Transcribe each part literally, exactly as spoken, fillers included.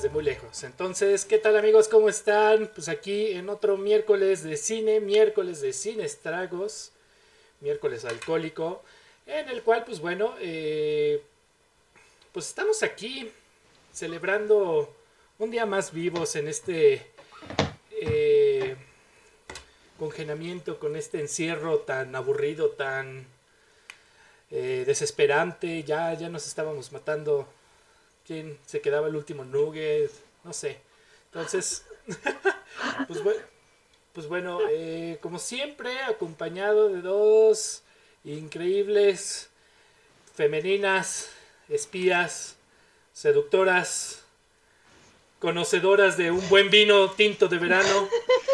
desde muy lejos. Entonces, ¿qué tal amigos? ¿Cómo están? Pues aquí en otro miércoles de cine, miércoles de cine estragos, miércoles alcohólico, en el cual, pues bueno, eh, pues estamos aquí celebrando un día más vivos en este eh, congelamiento, con este encierro tan aburrido, tan eh, desesperante. Ya, ya nos estábamos matando. ¿Quién se quedaba el último nugget? No sé. Entonces, pues bueno, pues bueno eh, como siempre, acompañado de dos increíbles femeninas, espías, seductoras, conocedoras de un buen vino tinto de verano.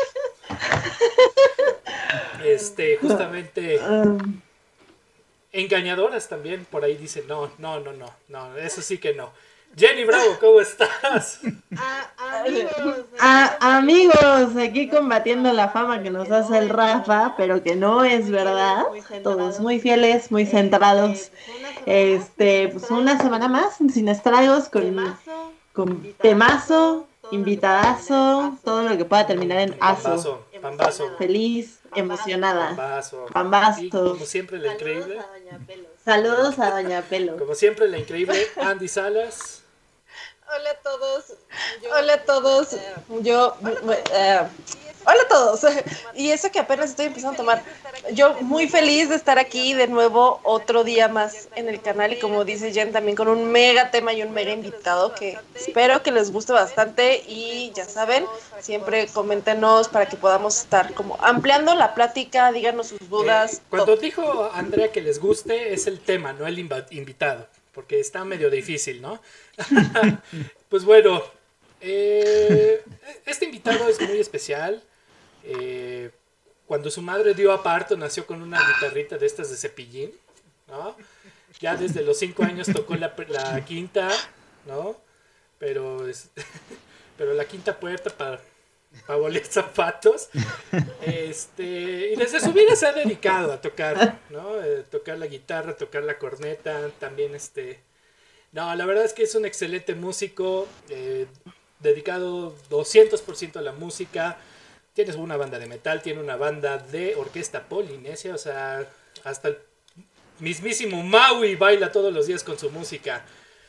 Este, justamente engañadoras también, por ahí dicen, no, no, no, no, no, eso sí que no. Jenny Bravo, ¿cómo estás? Ah, amigos, Ah, amigos, aquí combatiendo la fama que nos hace el Rafa, pero que no es verdad. Todos muy fieles, muy centrados. Este, pues una semana más sin estragos, con, con temazo, invitadazo, todo lo que pueda terminar en aso. Pambazo, pambazo, Feliz, emocionada. pambazo. Y Pambastos. como siempre la increíble, Saludos a Doña Pelo. como siempre la increíble Andy Salas. hola a todos. Yo, hola a todos. Yo, eh, hola a todos. Y eso que apenas estoy empezando a tomar. Yo muy feliz de estar aquí de nuevo otro día más en el canal y como dice Jen también con un mega tema y un mega invitado que espero que les guste bastante y ya saben, siempre coméntenos para que podamos estar como ampliando la plática, díganos sus dudas. Eh, cuando dijo Andrea que les guste es el tema, no el inva- invitado, porque está medio difícil, ¿no? Pues bueno, eh, este invitado es muy especial. Eh, cuando su madre dio a parto nació con una guitarrita de estas de cepillín, ¿no? Ya desde los cinco años tocó la, la quinta, ¿no? Pero, es, pero la quinta puerta para pa bolear zapatos. Este, y desde su vida se ha dedicado a tocar, ¿no? Eh, tocar la guitarra, tocar la corneta, también este... No, la verdad es que es un excelente músico, eh, dedicado doscientos por ciento a la música. Tienes una banda de metal, tiene una banda de orquesta polinesia, o sea, hasta el mismísimo Maui baila todos los días con su música.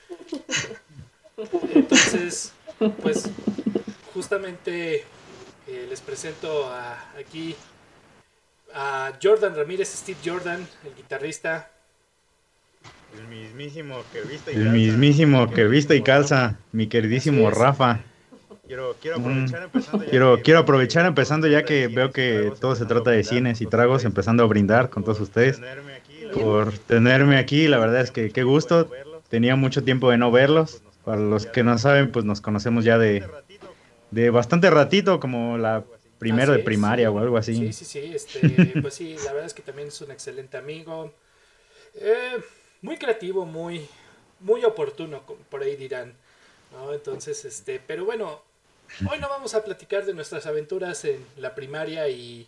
Entonces, pues, justamente eh, les presento a, aquí a Jordan Ramírez, Steve Jordan, el guitarrista. El mismísimo que viste y El calza. mismísimo que viste y calza, mi queridísimo Así es. Rafa. Quiero, quiero Mm, aprovechar empezando ya Quiero, que, quiero aprovechar empezando ya que veo que todo se trata de cines y tragos, empezando a brindar con todos ustedes. tenerme aquí, la Por tenerme aquí, la verdad es que qué gusto. Tenía mucho tiempo de no verlos. Para los que no saben, pues nos conocemos ya de, de bastante ratito, como la primero Así de es, primaria sí. o algo así. Sí, sí, sí. Este, pues sí, la verdad es que también es un excelente amigo. Eh, muy creativo, muy, muy oportuno, como por ahí dirán, ¿no? Entonces, este, pero bueno, hoy no vamos a platicar de nuestras aventuras en la primaria y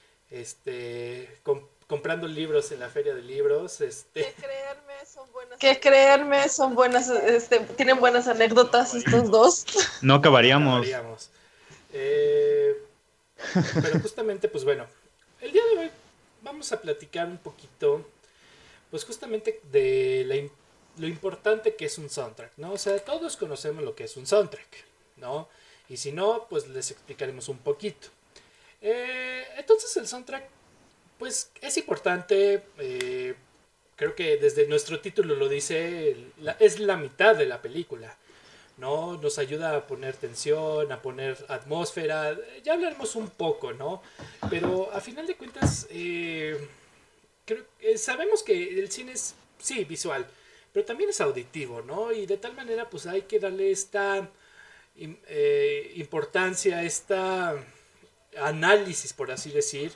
este com- comprando libros en la feria de libros. Este, Que créanme, son buenas. Que créanme, son buenas, este, tienen buenas anécdotas estos dos. No acabaríamos. acabaríamos. Eh, pero justamente, pues bueno, el día de hoy vamos a platicar un poquito, pues justamente de la, im- lo importante que es un soundtrack, ¿no? O sea, todos conocemos lo que es un soundtrack, ¿no? Y si no, pues les explicaremos un poquito. Eh, entonces el soundtrack, pues es importante, eh, creo que desde nuestro título lo dice, la- es la mitad de la película, ¿no? Nos ayuda a poner tensión, a poner atmósfera, eh, ya hablaremos un poco, ¿no? Pero a final de cuentas, eh, creo, eh, sabemos que el cine es, sí, visual, pero también es auditivo, ¿no? Y de tal manera, pues hay que darle esta im- eh, importancia, esta análisis, por así decir,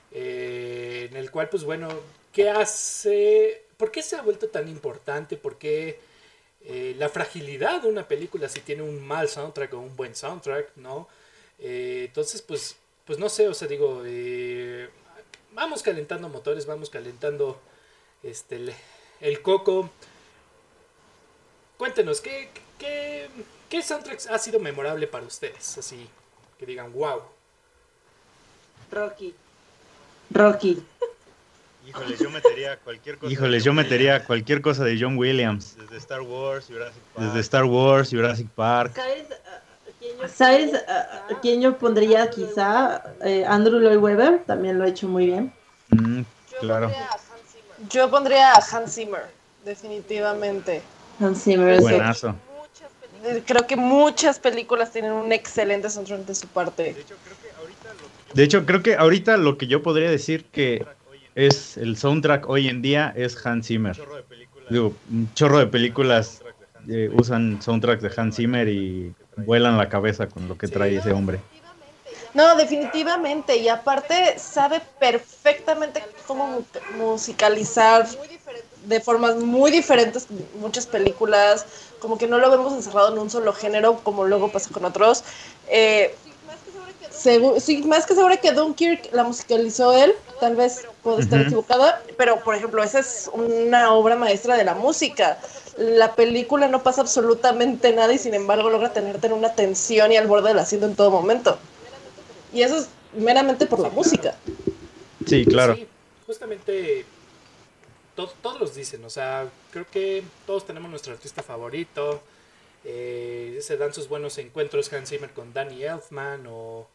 eh, en el cual, pues bueno, ¿qué hace? ¿Por qué se ha vuelto tan importante? ¿Por qué eh, la fragilidad de una película si tiene un mal soundtrack o un buen soundtrack, ¿no? Eh, entonces, pues, pues no sé, o sea, digo, eh, vamos calentando motores, vamos calentando este el, el coco. Cuéntenos, ¿qué, qué, ¿Qué soundtrack ha sido memorable para ustedes? Así, que digan, wow. Rocky. Rocky. Híjoles, yo metería cualquier cosa. Híjoles, de yo John metería Williams. cualquier cosa de John Williams. Desde Star Wars, Jurassic Park. Desde Star Wars, Jurassic Park. ¿Sabes, uh, quién yo ¿Sabes pondría, uh, quién yo pondría quizá? Eh, Andrew Lloyd Webber, también lo ha hecho muy bien. Mm, claro. Yo pondría a Hans Zimmer, definitivamente. Hans Zimmer, sí. Buenazo. Creo que muchas películas tienen un excelente soundtrack de su parte. De hecho, creo que ahorita lo que yo De hecho, creo que ahorita lo que yo podría decir que es el soundtrack hoy en día es Hans Zimmer. chorro de películas. Digo, un chorro de películas eh, usan soundtracks de Hans Zimmer y vuelan la cabeza con lo que trae ese hombre. No, definitivamente. Y aparte sabe perfectamente cómo mu- musicalizar de formas muy diferentes muchas películas. Como que no lo vemos encerrado en un solo género, como luego pasa con otros. Eh, segu- sí, más que seguro que Dunkirk la musicalizó él. Tal vez puedo estar Ujú. equivocada. Pero, por ejemplo, esa es una obra maestra de la música. La película no pasa absolutamente nada y sin embargo logra tenerte en una tensión y al borde del asiento en todo momento. Y eso es meramente por la música. Sí, claro. Sí, justamente to- todos los dicen, o sea, creo que todos tenemos nuestro artista favorito. Eh, se dan sus buenos encuentros Hans Zimmer con Danny Elfman o,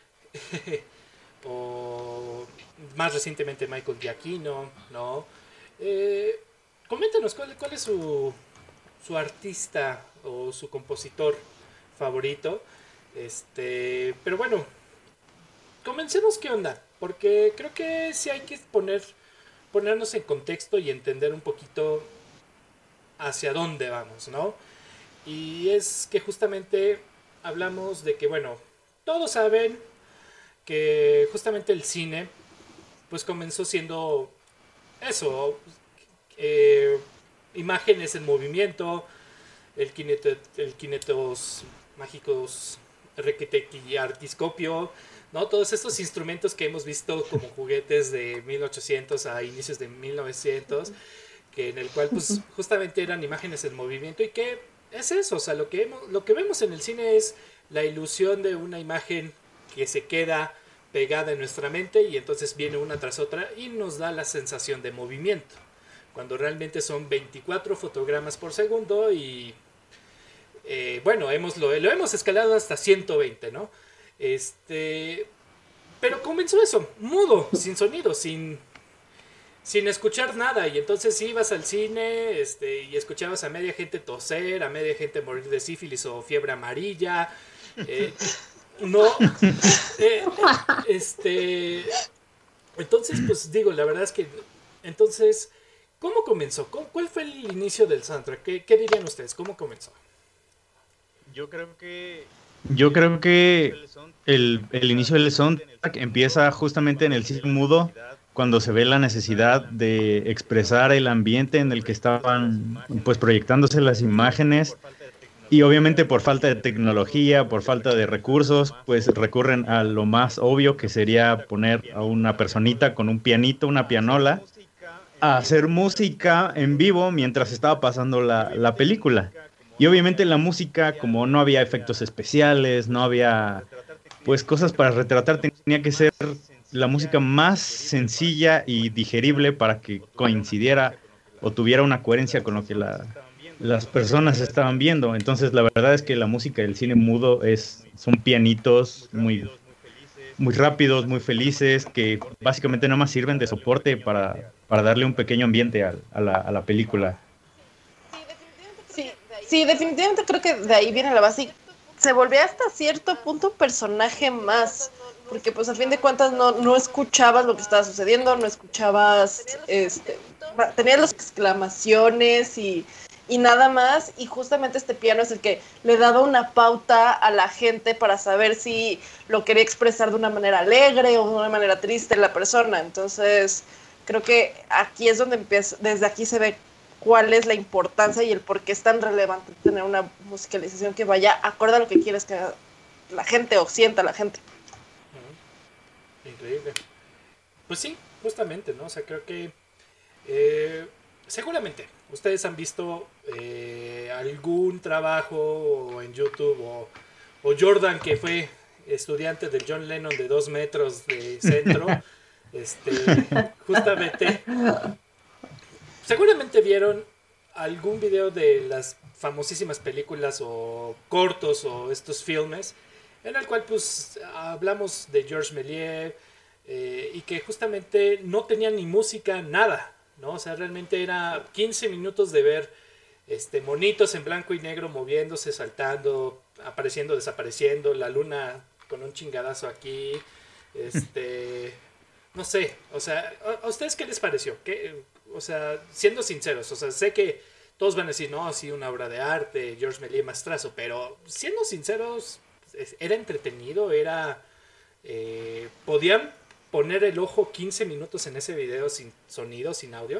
o más recientemente Michael Giacchino, ¿no? Eh, coméntanos, ¿cuál, cuál es su, su artista o su compositor favorito? Este, pero bueno, comencemos qué onda, porque creo que sí hay que poner, ponernos en contexto y entender un poquito hacia dónde vamos, ¿no? Y es que justamente hablamos de que, bueno, todos saben que justamente el cine, pues comenzó siendo eso, eh, imágenes en movimiento, el, kineto, el kinetos mágicos requetequiartiscopio, ¿no? Todos estos instrumentos que hemos visto como juguetes de mil ochocientos a inicios de mil novecientos, que en el cual pues justamente eran imágenes en movimiento y que es eso, o sea, lo que, hemos, lo que vemos en el cine es la ilusión de una imagen que se queda pegada en nuestra mente y entonces viene una tras otra y nos da la sensación de movimiento, cuando realmente son veinticuatro fotogramas por segundo y eh, bueno, hemos, lo, lo hemos escalado hasta ciento veinte, ¿no? Este, pero comenzó eso, mudo, sin sonido, sin, sin escuchar nada. Y entonces ibas al cine este, y escuchabas a media gente toser, a media gente morir de sífilis o fiebre amarilla. Eh, no, eh, este, entonces, pues digo, la verdad es que, entonces, ¿cómo comenzó? ¿Cómo, ¿Cuál fue el inicio del soundtrack? ¿Qué, qué dirían ustedes? ¿Cómo comenzó? Yo creo que Yo creo que el, el inicio del soundtrack empieza justamente en el cine mudo, cuando se ve la necesidad de expresar el ambiente en el que estaban pues proyectándose las imágenes y obviamente por falta de tecnología, por falta de recursos, pues recurren a lo más obvio que sería poner a una personita con un pianito, una pianola, a hacer música en vivo mientras estaba pasando la, la película. Y obviamente la música, como no había efectos especiales, no había pues cosas para retratar, tenía que ser la música más sencilla y digerible para que coincidiera o tuviera una coherencia con lo que la, las personas estaban viendo. Entonces la verdad es que la música del cine mudo es, son pianitos muy, muy rápidos, muy felices, que básicamente nada más sirven de soporte para, para darle un pequeño ambiente a, a, la, a la película. Sí, sí, definitivamente creo que de ahí viene la base y se volvía hasta cierto punto un personaje más, porque pues a fin de cuentas no, no escuchabas lo que estaba sucediendo, no escuchabas, este, tenías las exclamaciones y, y nada más, y justamente este piano es el que le daba una pauta a la gente para saber si lo quería expresar de una manera alegre o de una manera triste la persona. Entonces creo que aquí es donde empieza, desde aquí se ve cuál es la importancia y el por qué es tan relevante tener una musicalización que vaya acorde a lo que quieres que la gente o sienta la gente. Uh-huh. Increíble. Pues sí, justamente, ¿no? O sea, creo que eh, seguramente ustedes han visto eh, algún trabajo o en YouTube o, o Jordan, que fue estudiante del John Lennon de dos metros de centro, este, justamente, seguramente vieron algún video de las famosísimas películas o cortos o estos filmes en el cual pues hablamos de Georges Méliès eh, y que justamente no tenía ni música, nada, ¿no? O sea, realmente era quince minutos de ver este, monitos en blanco y negro moviéndose, saltando, apareciendo, desapareciendo, la luna con un chingadazo aquí, este, no sé, o sea, ¿a ustedes qué les pareció? ¿Qué, o sea, siendo sinceros, o sea, sé que todos van a decir, no, sí, una obra de arte, Georges Méliès maestrazo, pero siendo sinceros, era entretenido, era, eh, podían poner el ojo quince minutos en ese video sin sonido, sin audio.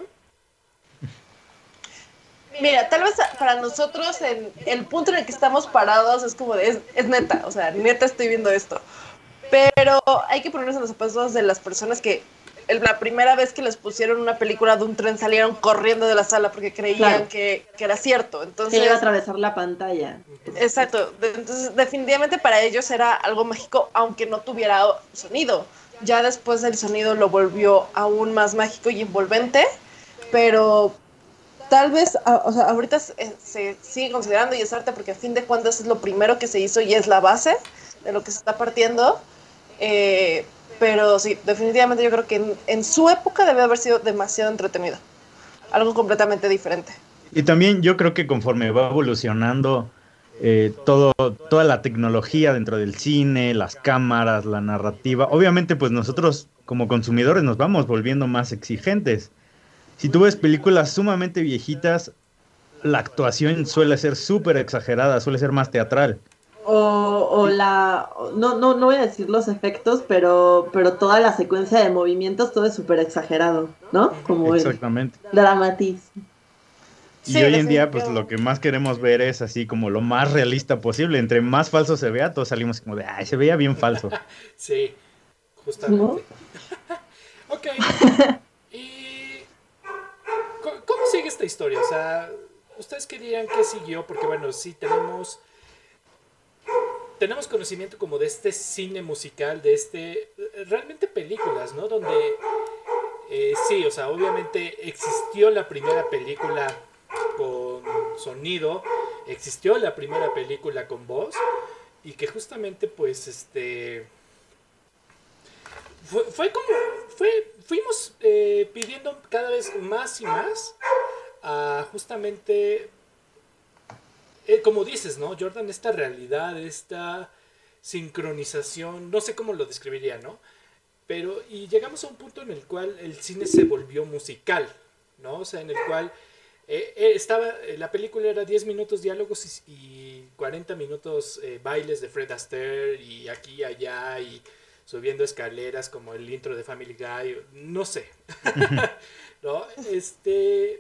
Mira, tal vez para nosotros en el punto en el que estamos parados es como de, es, es neta, o sea, neta estoy viendo esto. Pero hay que ponernos en los zapatos de las personas que el, la primera vez que les pusieron una película de un tren salieron corriendo de la sala porque creían claro. que, que era cierto. Entonces, que iba a atravesar la pantalla. Exacto. Entonces, definitivamente para ellos era algo mágico, aunque no tuviera sonido. Ya después el sonido lo volvió aún más mágico y envolvente, pero tal vez, o sea, ahorita se, se sigue considerando y es arte porque a fin de cuentas es lo primero que se hizo y es la base de lo que se está partiendo. Eh, pero sí, definitivamente yo creo que en, en su época debe haber sido demasiado entretenido. Algo completamente diferente. Y también yo creo que conforme va evolucionando eh, todo, toda la tecnología dentro del cine, las cámaras, la narrativa, obviamente pues nosotros como consumidores nos vamos volviendo más exigentes. Si tú ves películas sumamente viejitas, la actuación suele ser súper exagerada, suele ser más teatral. O, o la, no, no, no voy a decir los efectos, pero, pero toda la secuencia de movimientos, todo es súper exagerado, ¿no? Como exactamente. El dramatismo. Y sí, hoy en día, pues lo que más queremos ver es así como lo más realista posible. Entre más falso se vea, todos salimos como de, ay, se veía bien falso. Sí, justamente. ¿No? Ok. ¿Y cómo sigue esta historia? O sea, ¿ustedes qué dirían que siguió? Porque bueno, sí tenemos... Tenemos conocimiento como de este cine musical, de este, realmente películas, ¿no? Donde, eh, sí, o sea, obviamente existió la primera película con sonido, existió la primera película con voz, y que justamente, pues, este, fue, fue como, fue, fuimos eh, pidiendo cada vez más y más a justamente... Eh, como dices, ¿no? Jordan, esta realidad, esta sincronización, no sé cómo lo describiría, ¿no? Pero, y llegamos a un punto en el cual el cine se volvió musical, ¿no? O sea, en el cual eh, eh, estaba, eh, la película era diez minutos diálogos y, y cuarenta minutos eh, bailes de Fred Astaire y aquí y allá y subiendo escaleras como el intro de Family Guy, no sé, ¿no? Este,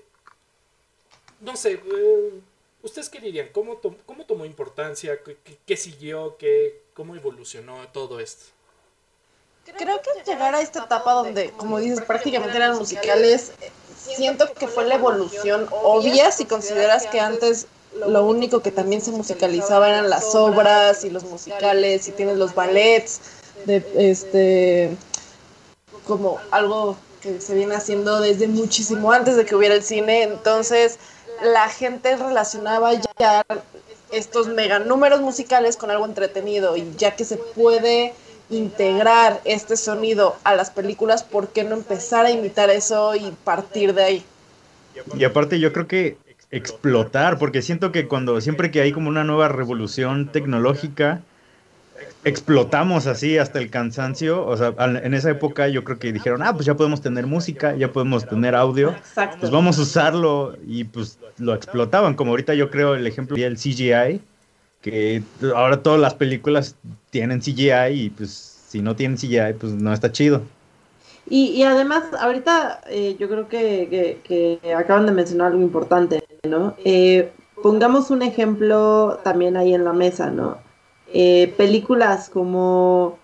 no sé, eh, ¿ustedes qué dirían? ¿Cómo, to- cómo tomó importancia? ¿Qué, qué siguió? ¿Qué, ¿Cómo evolucionó todo esto? Creo que llegar a esta etapa donde, como dices, prácticamente eran musicales, siento que fue la evolución obvia si consideras que antes lo único que también se musicalizaba eran las obras y los musicales y tienes los ballets, de, este, como algo que se viene haciendo desde muchísimo antes de que hubiera el cine. Entonces la gente relacionaba ya estos mega números musicales con algo entretenido, y ya que se puede integrar este sonido a las películas, ¿por qué no empezar a imitar eso y partir de ahí? Y aparte yo creo que explotar, porque siento que cuando siempre que hay como una nueva revolución tecnológica, explotamos así hasta el cansancio. O sea, en esa época yo creo que dijeron, ah, pues ya podemos tener música, ya podemos tener audio, Exacto. Pues vamos a usarlo, y pues lo explotaban, como ahorita yo creo el ejemplo del C G I, que ahora todas las películas tienen C G I y pues si no tienen C G I pues no está chido. Y, y además ahorita eh, yo creo que, que, que acaban de mencionar algo importante, ¿no? Eh, pongamos un ejemplo también ahí en la mesa, ¿no? Eh, películas como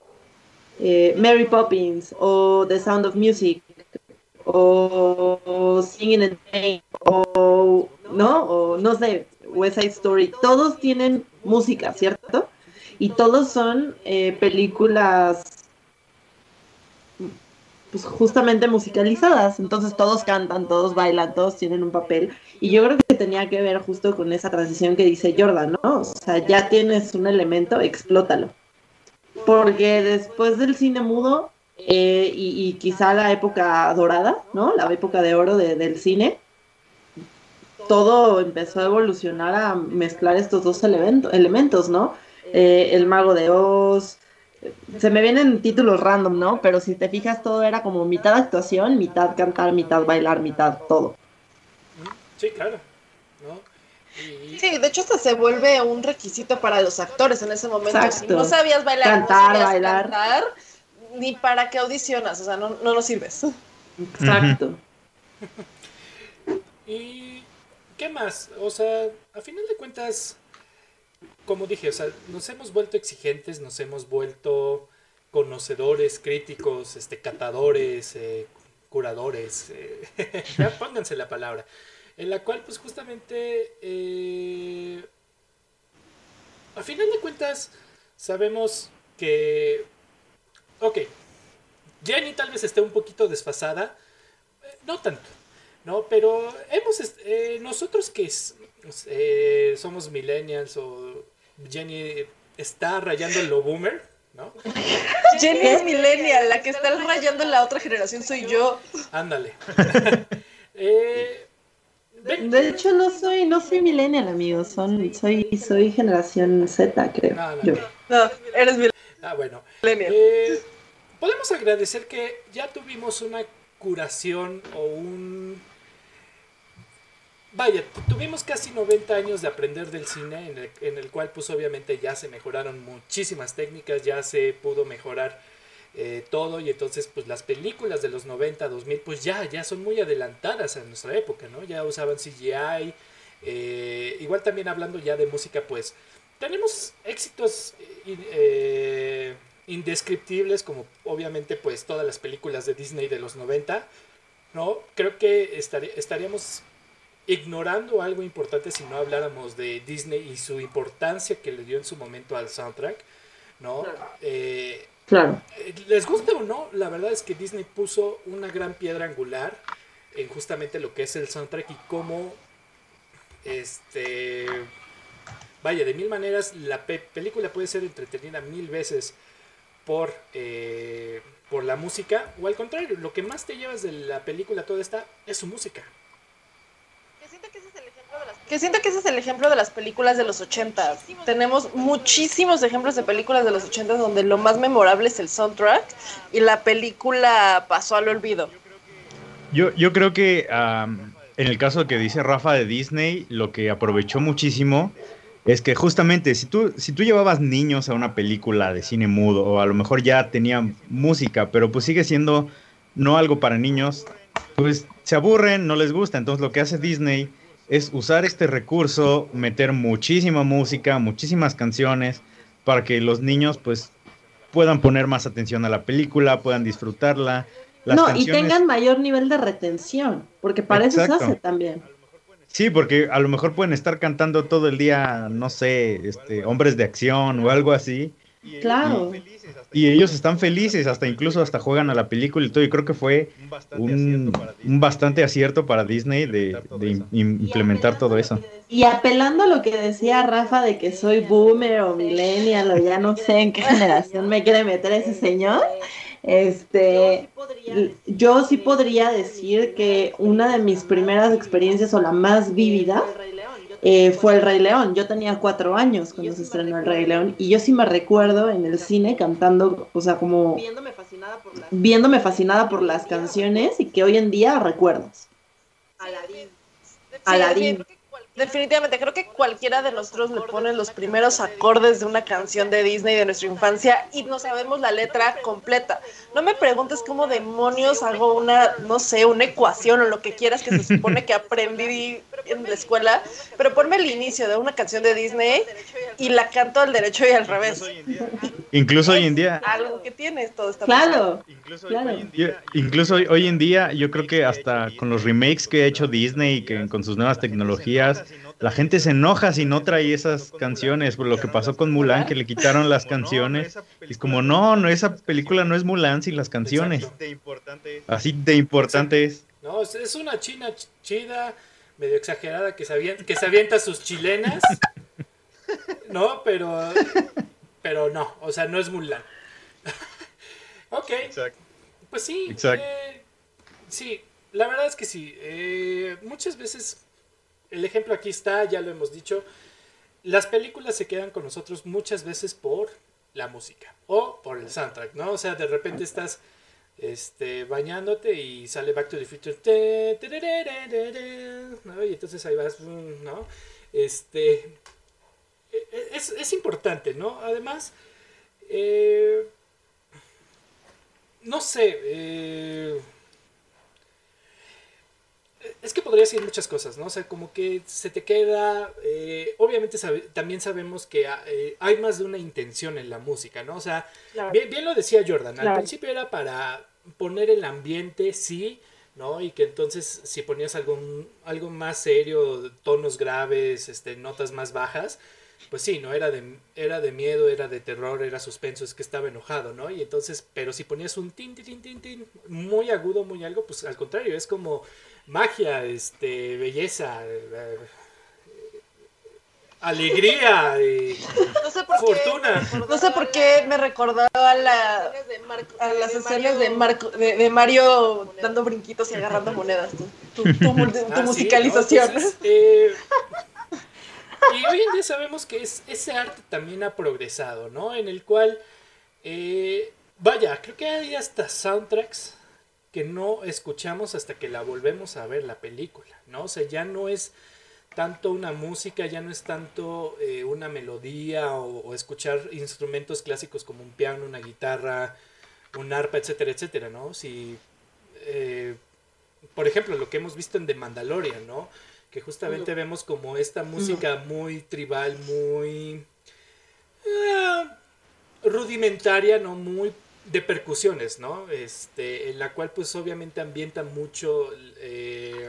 eh, Mary Poppins o The Sound of Music o, o Singing in the Rain o no o no sé, West Side Story, todos tienen música, ¿cierto? Y todos son eh, películas pues justamente musicalizadas, entonces todos cantan, todos bailan, todos tienen un papel, y yo creo que tenía que ver justo con esa transición que dice Jordan, ¿no? O sea, ya tienes un elemento, explótalo. Porque después del cine mudo, eh, y, y quizá la época dorada, ¿no? La época de oro de, del cine, todo empezó a evolucionar a mezclar estos dos elemento, elementos, ¿no? Eh, el Mago de Oz. Se me vienen títulos random, ¿no? Pero si te fijas, todo era como mitad actuación, mitad cantar, mitad bailar, mitad todo. Sí, claro, ¿no? Y... Sí, de hecho hasta se vuelve un requisito para los actores en ese momento. Exacto. Si no sabías bailar, cantar, no sabías bailar. cantar, ni para qué audicionas, o sea, no, no nos sirves. Exacto. ¿Y qué más? O sea, a final de cuentas, como dije, o sea, nos hemos vuelto exigentes, nos hemos vuelto conocedores, críticos, este, catadores, eh, curadores, eh, ya pónganse la palabra, en la cual pues justamente, eh, a final de cuentas, sabemos que, ok, Jenny tal vez esté un poquito desfasada, eh, no tanto, ¿no? Pero hemos, eh, nosotros que eh, somos millennials o Jenny está rayando en lo boomer, ¿no? Jenny es millennial, la que está rayando en la otra generación soy yo. Ándale. eh, De hecho, no soy, no soy millennial, amigos. Son, soy, soy generación Z, creo. No, no, yo. No, eres millennial. Ah, bueno. Eh, podemos agradecer que ya tuvimos una curación o un... Vaya, tuvimos casi noventa años de aprender del cine, en el, en el cual pues obviamente ya se mejoraron muchísimas técnicas, ya se pudo mejorar eh, todo, y entonces pues las películas de los noventa, dos mil pues ya, ya son muy adelantadas a nuestra época, ¿no? Ya usaban C G I, eh, igual también hablando ya de música pues tenemos éxitos eh, indescriptibles como obviamente pues todas las películas de Disney de los noventa, ¿no? Creo que estar, estaríamos... ignorando algo importante si no habláramos de Disney y su importancia que le dio en su momento al soundtrack, ¿no? Claro. Eh, claro. Les guste o no, la verdad es que Disney puso una gran piedra angular en justamente lo que es el soundtrack y cómo, este, vaya, de mil maneras la pe- película puede ser entretenida mil veces por, eh, por la música, o al contrario, lo que más te llevas de la película toda esta es su música. Que siento que ese es el ejemplo de las películas de los ochenta. Tenemos muchísimos ejemplos de películas de los ochenta donde lo más memorable es el soundtrack y la película pasó al olvido. Yo, yo creo que um, en el caso que dice Rafa de Disney, lo que aprovechó muchísimo es que justamente si tú, si tú llevabas niños a una película de cine mudo, o a lo mejor ya tenían música, pero pues sigue siendo no algo para niños, pues se aburren, no les gusta. Entonces lo que hace Disney es usar este recurso, meter muchísima música, muchísimas canciones, para que los niños pues puedan poner más atención a la película, puedan disfrutarla. Las no, canciones... y tengan mayor nivel de retención, porque para Exacto. eso se hace también. Sí, porque a lo mejor pueden estar cantando todo el día, no sé, este, hombres de acción o algo así. Claro. Y ellos están felices, hasta incluso hasta juegan a la película y todo. Y creo que fue un, un bastante acierto para Disney de, de im- implementar todo eso. Y apelando a lo que decía Rafa de que soy boomer o millennial o ya no sé en qué generación me quiere meter ese señor, este, yo sí podría decir que una de mis primeras experiencias o la más vívida eh, fue El Rey León. Yo tenía cuatro años cuando se estrenó El Rey León y yo sí me recuerdo en el cine cantando, o sea, como Viéndome fascinada por las, viéndome fascinada por las canciones y que hoy en día recuerdo. Aladín. Aladín. Sí, definitivamente, creo que cualquiera de nosotros le pone los primeros acordes de una canción de Disney de nuestra infancia y no sabemos la letra completa. No me preguntes cómo demonios hago una, no sé, una ecuación o lo que quieras que se supone que aprendí en la escuela, pero ponme el inicio de una canción de Disney y la canto al derecho y al revés. Incluso hoy en día... Algo que tiene todo esta Claro, Incluso claro. hoy en Yo- día, incluso hoy, hoy en día yo creo que hasta con los remakes que ha hecho Disney y que con sus nuevas tecnologías la gente se enoja si no trae esas canciones, por lo que pasó con Mulan, que le quitaron las canciones. Es como, no, no, esa película no es Mulan sin las canciones. Exacto. De importante es. Así de importante es. No, es- es una china ch- chida, medio exagerada, que se, avien- que se avienta sus chilenas, ¿no? Pero, pero no, o sea, no es Mulan. Ok, Exacto. pues sí, Exacto. eh, sí, la verdad es que sí. eh, muchas veces, el ejemplo aquí está, ya lo hemos dicho, las películas se quedan con nosotros muchas veces por la música o por el soundtrack, ¿no? O sea, de repente estás este, bañándote y sale Back to the Future, te, tererererere, ¿no? Y entonces ahí vas, mm, ¿no? Este, e- e- es, es importante, ¿no? Además, eh, no sé, eh, es que podría decir muchas cosas, ¿no? O sea, como que se te queda, eh, obviamente sabe- también sabemos que ah, eh, hay más de una intención en la música, ¿no? O sea, Claro. bien, bien lo decía Jordan, al Claro. principio era para poner el ambiente, sí, ¿no? Y que entonces si ponías algún, algo más serio, tonos graves, este, notas más bajas, pues sí, ¿no? Era de, era de miedo, era de terror, era suspenso, es que estaba enojado, ¿no? Y entonces, pero si ponías un tin, tin, tin, tin, tin, muy agudo, muy algo, pues al contrario, es como magia, este, belleza, eh, alegría, eh, No sé por fortuna. qué. No sé por qué me recordó a, la, a las escenas de, Marco, de, de Mario dando brinquitos y agarrando monedas. Tu, tu, tu, mu- tu Ah, sí, musicalización. ¿no? Entonces, eh, y hoy en día sabemos que es, ese arte también ha progresado, ¿no? En el cual, eh, vaya, creo que hay hasta soundtracks que no escuchamos hasta que la volvemos a ver la película, ¿no? O sea, ya no es tanto una música, ya no es tanto eh, una melodía o, o escuchar instrumentos clásicos como un piano, una guitarra, un arpa, etcétera, etcétera, ¿no? Si, eh, por ejemplo, lo que hemos visto en The Mandalorian, ¿no? Que justamente vemos como esta música muy tribal, muy eh, rudimentaria, ¿no? Muy de percusiones, ¿no? Este, en la cual pues obviamente ambienta mucho eh,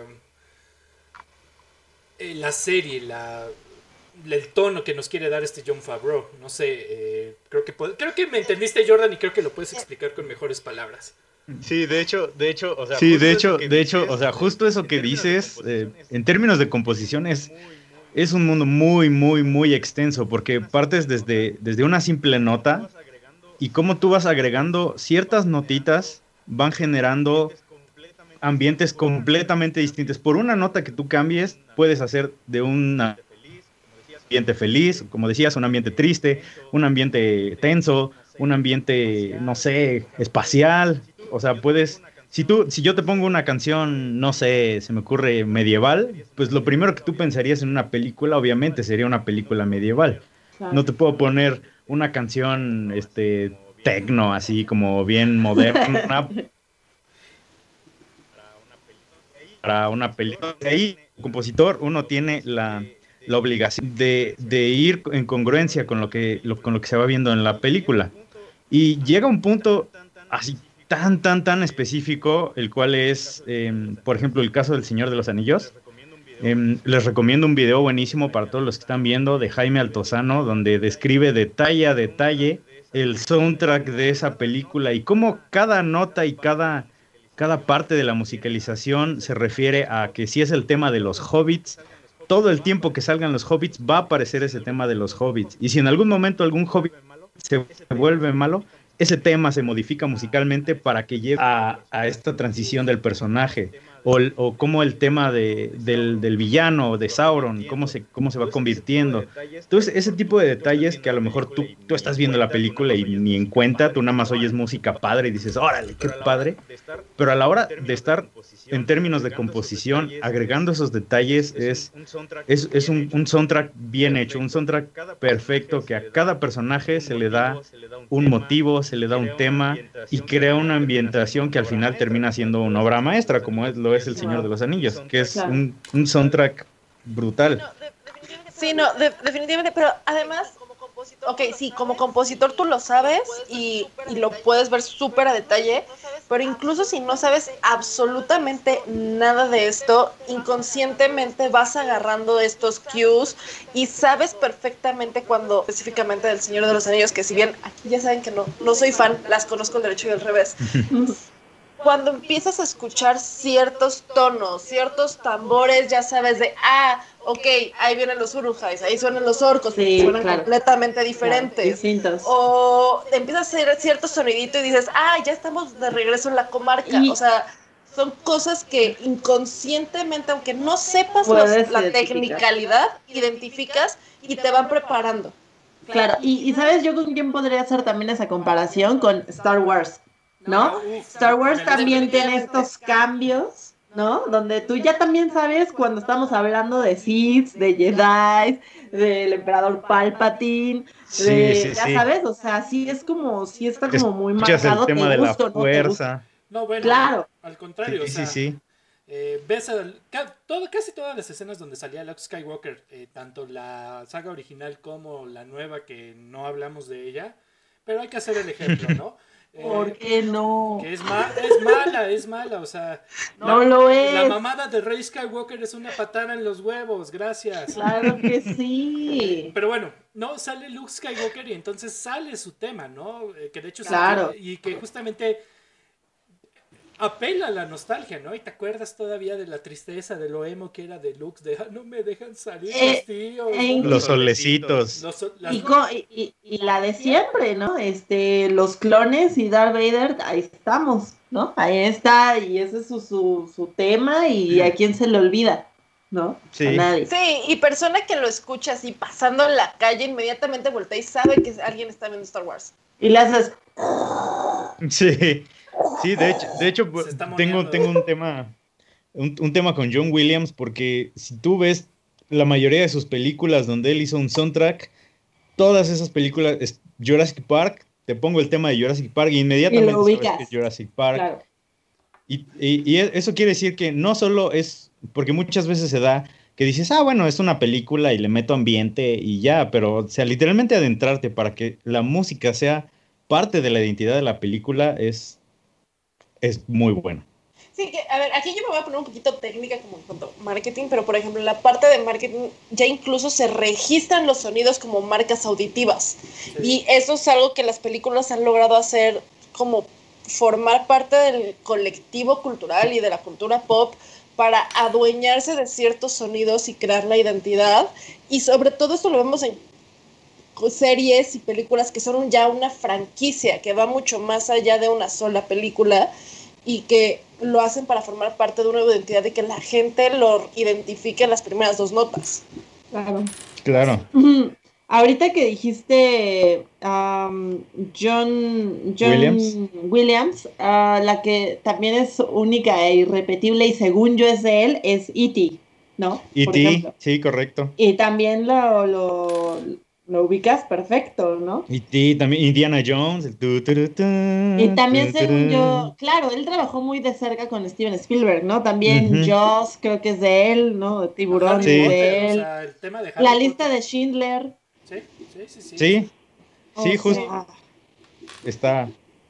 eh, la serie, la, el tono que nos quiere dar este Jon Favreau. No sé, eh, creo que pod- creo que me entendiste, Jordan, y creo que lo puedes explicar con mejores palabras. Sí, de hecho, de hecho, o sea, Sí, justo de eso hecho, que de hecho, dices, o sea, justo eso en que términos de dices, eh, composición, en términos de composición es, muy, muy, es un mundo muy, muy, muy extenso, porque partes desde, desde una simple nota y cómo tú vas agregando ciertas notitas, van generando ambientes completamente distintos. Por una nota que tú cambies, puedes hacer de un ambiente feliz, como decías, un ambiente triste, un ambiente tenso, un ambiente, no sé, espacial. O sea, puedes, si tú, si yo te pongo una canción, no sé, se me ocurre medieval, pues lo primero que tú pensarías en una película, obviamente, sería una película medieval. No te puedo poner una canción, este, tecno, así como bien moderna, para una película. Ahí, el compositor, uno tiene la, la obligación de, de ir en congruencia con lo, que, lo, con lo que se va viendo en la película. Y llega un punto así tan, tan, tan específico, el cual es, eh, por ejemplo, el caso del Señor de los Anillos. Eh, les recomiendo un video buenísimo para todos los que están viendo de Jaime Altozano, donde describe detalle a detalle el soundtrack de esa película y cómo cada nota y cada, cada parte de la musicalización se refiere a que si es el tema de los hobbits, todo el tiempo que salgan los hobbits va a aparecer ese tema de los hobbits. Y si en algún momento algún hobbit se vuelve malo, ese tema se modifica musicalmente para que lleve a, a esta transición del personaje. O, o cómo el tema de, del, del villano, de Sauron, cómo se, cómo se va convirtiendo. Entonces, ese tipo de detalles que a lo mejor tú, tú estás viendo la película y ni en cuenta, tú nada más oyes música padre y dices, órale, qué padre. Pero a la hora de estar en términos de composición, agregando esos detalles, es, es, es un, un soundtrack bien hecho, un soundtrack perfecto, que a cada personaje se le da un motivo, se le da un tema y crea una ambientación que al final termina siendo una obra maestra, como es, lo es El Señor de los Anillos, que es un, un soundtrack brutal. Sí, no, de- definitivamente, pero además, ok, sí, como compositor tú lo sabes y, y lo puedes ver súper a detalle, pero incluso si no sabes absolutamente nada de esto, inconscientemente vas agarrando estos cues y sabes perfectamente cuando, específicamente del Señor de los Anillos, que si bien aquí ya saben que no, no soy fan, las conozco al derecho y al revés. Cuando empiezas a escuchar ciertos tonos, ciertos tambores, ya sabes de, ah, ok, ahí vienen los urujais, ahí suenan los orcos, Sí, suenan claro. completamente diferentes. Claro, distintos. O empiezas a hacer cierto sonidito y dices, ah, ya estamos de regreso en la comarca. Y- o sea, son cosas que inconscientemente, aunque no sepas los- Puedes la identificar. technicalidad, identificas y te van preparando. Claro, y, y ¿sabes yo con quién podría hacer también esa comparación? Con Star Wars, ¿no? Star Wars también tiene estos cambios, ¿no? Donde tú ya también sabes cuando estamos hablando de Sith, de Jedi, del Emperador Palpatine, Sí, de, sí, ya sí. sabes, o sea, sí es como, sí está como muy Escuchas marcado, el tema te de la gusta o no te gusta. fuerza. No, bueno, Claro. al contrario, Sí, o sea, sí, sí. eh, ves al- ca- todo, casi todas las escenas donde salía Luke Skywalker, eh, tanto la saga original como la nueva, que no hablamos de ella, pero hay que hacer el ejemplo, ¿no? Eh, ¿Por qué no? Que es, ma es mala, es mala, o sea, No la, lo es. la mamada de Rey Skywalker es una patada en los huevos, gracias. Claro que sí. Pero bueno, no sale Luke Skywalker y entonces sale su tema, ¿no? Eh, que de hecho sí Claro. que- y que justamente apela a la nostalgia, ¿no? Y te acuerdas todavía de la tristeza, de lo emo que era de Luke, de "Ah, no me dejan salir Eh, los tíos. eh, ¿no? Los solecitos. Los so- las- Y, co- y, y- y la de siempre, ¿no? Este, los clones y Darth Vader, ahí estamos, ¿no? Ahí está, y ese es su, su, su tema, y a quién se le olvida, ¿no? Sí. A nadie. Sí, y persona que lo escucha así pasando en la calle, inmediatamente voltea y sabe que alguien está viendo Star Wars. Y le haces, Sí, sí, de hecho, de hecho Se está tengo, moneando. tengo un tema, un, un tema con John Williams, porque si tú ves la mayoría de sus películas donde él hizo un soundtrack, todas esas películas, es Jurassic Park, te pongo el tema de Jurassic Park y inmediatamente Y lo sabes ubicas. que es Jurassic Park. claro, Y, y- y eso quiere decir que no solo es, porque muchas veces se da que dices, ah, bueno, es una película y le meto ambiente y ya, pero, o sea, literalmente adentrarte para que la música sea parte de la identidad de la película es, es muy bueno. Sí, que, a ver, aquí yo me voy a poner un poquito técnica como en cuanto a marketing, pero por ejemplo, en la parte de marketing ya incluso se registran los sonidos como marcas auditivas. Sí. Y eso es algo que las películas han logrado hacer, como formar parte del colectivo cultural y de la cultura pop para adueñarse de ciertos sonidos y crear la identidad. Y sobre todo esto lo vemos en series y películas que son ya una franquicia, que va mucho más allá de una sola película y que lo hacen para formar parte de una identidad de que la gente lo identifique en las primeras dos notas. claro. Claro. Ujú. Ahorita que dijiste um, John, John Williams. Williams, ah, la que también es única e irrepetible y según yo es de él, es E T, ¿no? Y Por ti, ejemplo. sí, correcto. Y también lo, lo, lo ubicas perfecto, ¿no? Y ti, también Indiana Jones. El tu, tu, tu, tu, Y también, tu, según tu. yo, claro, él trabajó muy de cerca con Steven Spielberg, ¿no? También Ujú. Jaws, creo que es de él, ¿no? De Tiburón Harry es Sí. de Potter, él. o sea, el tema de Harry La lista Potter. de Schindler. Sí, sí, sí, sí. Sí, o sí, justo sea, está.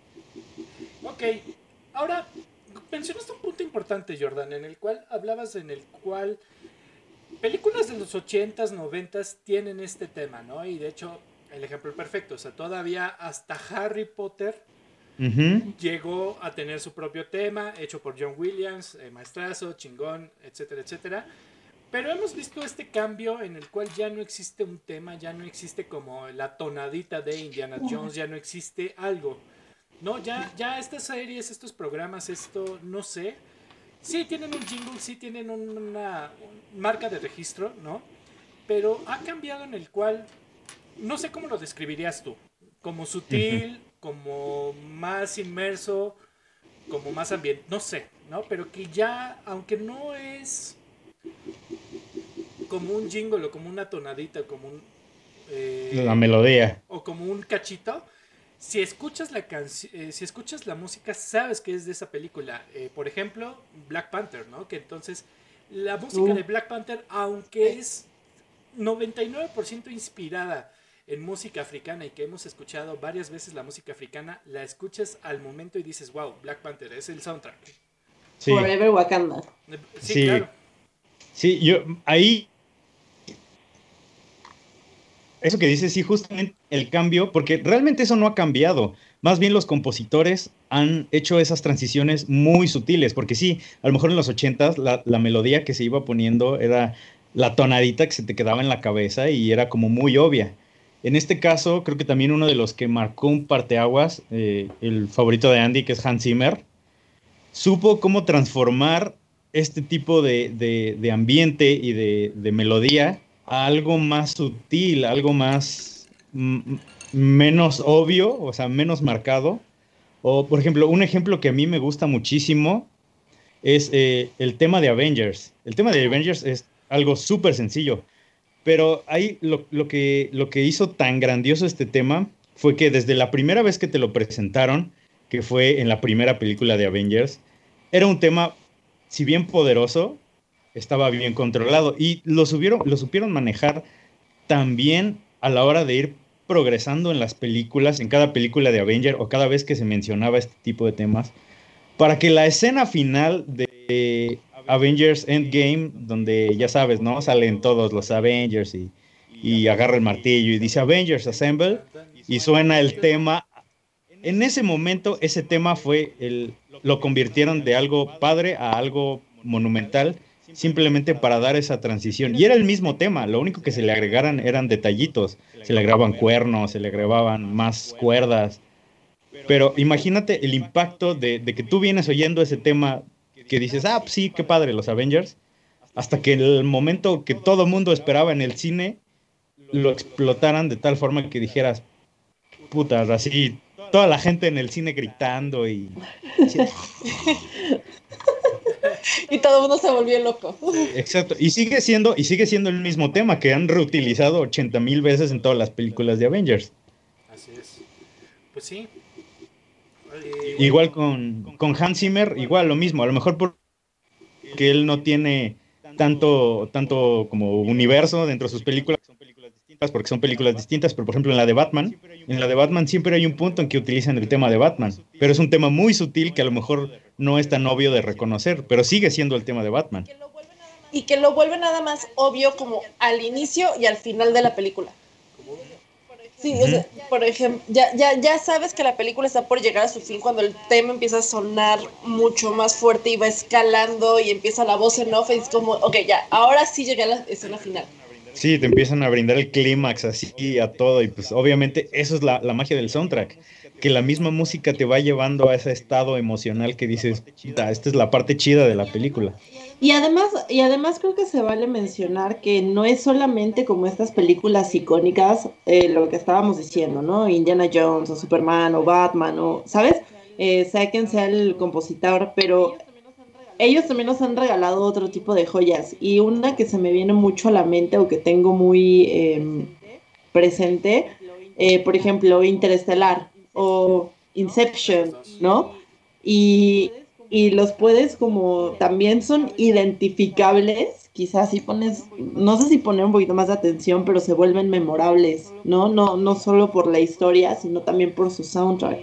Ok, ahora mencionaste un punto importante, Jordan, en el cual hablabas en el cual películas de los ochentas, noventas tienen este tema, ¿no? Y de hecho, el ejemplo perfecto, o sea, todavía hasta Harry Potter Ujú. llegó a tener su propio tema, hecho por John Williams, eh, maestrazo, chingón, etcétera, etcétera. Pero hemos visto este cambio en el cual ya no existe un tema, ya no existe como la tonadita de Indiana Jones, ya no existe algo. No, ya, ya estas series, estos programas, esto, no sé. Sí tienen un jingle, sí tienen una, una marca de registro, ¿no? Pero ha cambiado en el cual, no sé cómo lo describirías tú. Como sutil, como más inmerso, como más ambiente, no sé, ¿no? Pero que ya, aunque no es como un jingle o como una tonadita, como un... eh, La melodía. o como un cachito, si escuchas la canci- eh, si escuchas la música, sabes que es de esa película. Eh, por ejemplo, Black Panther, ¿no? Que entonces, la música Uh. de Black Panther, aunque es noventa y nueve por ciento inspirada en música africana y que hemos escuchado varias veces la música africana, la escuchas al momento y dices, wow, Black Panther es el soundtrack. Sí. Forever Wakanda. Sí, sí, claro. Sí, yo ahí... Eso que dices, sí, justamente el cambio, porque realmente eso no ha cambiado. Más bien los compositores han hecho esas transiciones muy sutiles, porque sí, a lo mejor en los ochentas la, la melodía que se iba poniendo era la tonadita que se te quedaba en la cabeza y era como muy obvia. En este caso, creo que también uno de los que marcó un parteaguas, eh, el favorito de Andy, que es Hans Zimmer, supo cómo transformar este tipo de, de, de ambiente y de, de melodía a algo más sutil, algo más m- menos obvio, o sea, menos marcado. O, por ejemplo, un ejemplo que a mí me gusta muchísimo es eh, el tema de Avengers. El tema de Avengers es algo súper sencillo, pero ahí lo, lo, que, lo que hizo tan grandioso este tema fue que desde la primera vez que te lo presentaron, que fue en la primera película de Avengers, era un tema, si bien poderoso, estaba bien controlado y lo, subieron, lo supieron manejar también a la hora de ir progresando en las películas, en cada película de Avenger o cada vez que se mencionaba este tipo de temas, para que la escena final de Avengers Endgame, donde ya sabes, ¿no? Salen todos los Avengers y, y agarra el martillo y dice Avengers Assemble y suena el tema. En ese momento, ese tema fue el, lo convirtieron de algo padre a algo monumental, simplemente para dar esa transición. Y era el mismo tema, lo único que se le agregaran eran detallitos. Se le agregaban cuernos, se le agregaban más cuerdas. Pero imagínate el impacto de, de que tú vienes oyendo ese tema que dices, ah, pues sí, qué padre, los Avengers, hasta que en el momento que todo mundo esperaba en el cine, lo explotaran de tal forma que dijeras, putas, así, toda la gente en el cine gritando y... Y todo el mundo se volvió loco. Exacto, y sigue siendo, y sigue siendo el mismo tema que han reutilizado ochenta mil veces en todas las películas de Avengers. Así es. Pues sí. Eh, igual con, con Hans Zimmer, igual lo mismo, a lo mejor porque él no tiene tanto, tanto como universo dentro de sus películas, porque son películas distintas, pero por ejemplo en la de Batman, en la de Batman siempre hay un punto en que utilizan el tema de Batman, pero es un tema muy sutil que a lo mejor no es tan obvio de reconocer, pero sigue siendo el tema de Batman. Y que lo vuelve nada más obvio como al inicio y al final de la película. Sí, uh-huh. O sea, por ejemplo, ya, ya, ya sabes que la película está por llegar a su fin cuando el tema empieza a sonar mucho más fuerte y va escalando y empieza la voz en off y es como, ok, ya, ahora sí llegué a la escena final. Sí, te empiezan a brindar el clímax así a todo y pues obviamente eso es la, la magia del soundtrack, que la misma música te va llevando a ese estado emocional que dices, esta es la parte chida de la película. Y además, y además creo que se vale mencionar que no es solamente como estas películas icónicas, eh, lo que estábamos diciendo, ¿no? Indiana Jones o Superman o Batman o, ¿sabes? Eh, sea quien sea el compositor, pero ellos también nos han regalado otro tipo de joyas. Y una que se me viene mucho a la mente o que tengo muy eh, presente, eh, por ejemplo, Interestelar o Inception, ¿no? Y... y los puedes como, también son identificables, quizás si pones, no sé si poner un poquito más de atención, pero se vuelven memorables, ¿no? No, no solo por la historia, sino también por su soundtrack.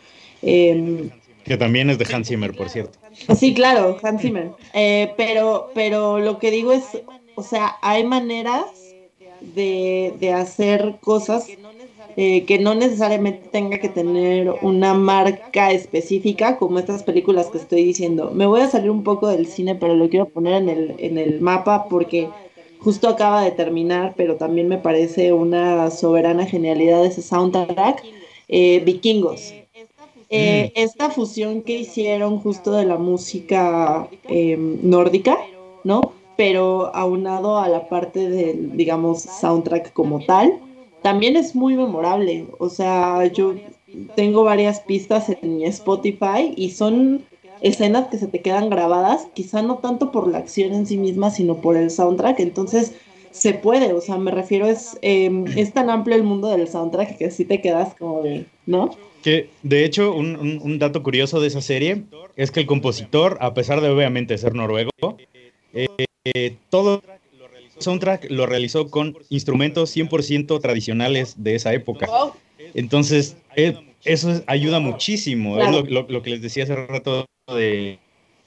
Eh, que también es de Hans Zimmer, por cierto. Sí, claro, Hans Zimmer. Eh, pero, pero lo que digo es, o sea, hay maneras de, de hacer cosas Eh, que no necesariamente tenga que tener una marca específica como estas películas que estoy diciendo. Me voy a salir un poco del cine, pero lo quiero poner en el, en el mapa porque justo acaba de terminar, pero también me parece una soberana genialidad ese soundtrack, eh, Vikingos. Eh, mm. Esta fusión que hicieron justo de la música eh, nórdica, ¿no? Pero aunado a la parte del, digamos, soundtrack como tal, también es muy memorable. O sea, yo tengo varias pistas en mi Spotify y son escenas que se te quedan grabadas, quizá no tanto por la acción en sí misma, sino por el soundtrack. Entonces se puede, o sea, me refiero, es, eh, es tan amplio el mundo del soundtrack que sí te quedas como de, ¿no? Que de hecho un, un, un dato curioso de esa serie es que el compositor, a pesar de obviamente ser noruego, eh, eh, todo soundtrack lo realizó con instrumentos cien por ciento tradicionales de esa época. Wow. Entonces, eh, eso es- ayuda muchísimo. Claro. Es lo, lo- lo que les decía hace rato de...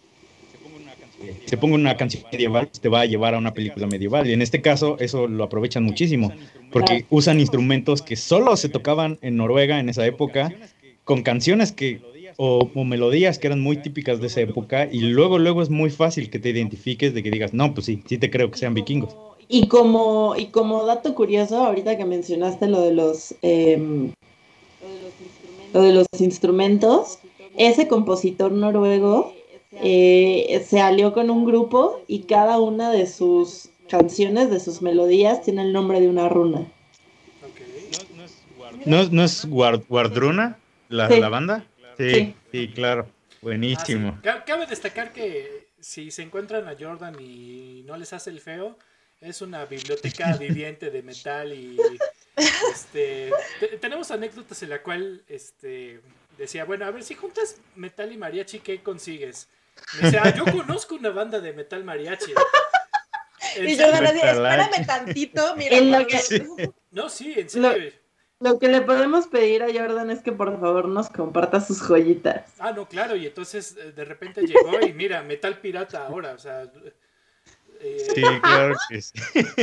Se ponga una canción medieval, te va a llevar a una película medieval. Y en este caso, eso lo aprovechan muchísimo. Porque usan instrumentos que solo se tocaban en Noruega en esa época, con canciones que... O, o melodías que eran muy típicas de esa época. Y luego, luego es muy fácil que te identifiques de que digas, no, pues sí, sí te creo que sean vikingos. Y como, y como dato curioso, ahorita que mencionaste lo de los em, lo de los instrumentos, ese compositor noruego eh, se alió con un grupo y cada una de sus canciones, de sus melodías, tiene el nombre de una runa. Ok. ¿No, no es Guard- Guardruna la, Sí. la banda? Sí, Sí. sí, claro. Buenísimo. Ah, sí. Ca- Cabe destacar que si se encuentran a Jordan y no les hace el feo, es una biblioteca viviente de metal y este te- tenemos anécdotas en la cual este decía, bueno, a ver si juntas metal y mariachi, ¿qué consigues? Me decía, ah, yo conozco una banda de metal mariachi. En Y serio. Jordan así, Metalache. espérame tantito, mira. En lo para que- ver". No, sí, en serio. Lo que le podemos pedir a Jordan es que por favor nos comparta sus joyitas. Ah, no, claro, y entonces eh, de repente llegó y mira, metal pirata ahora, o sea, eh, Sí, claro que sí.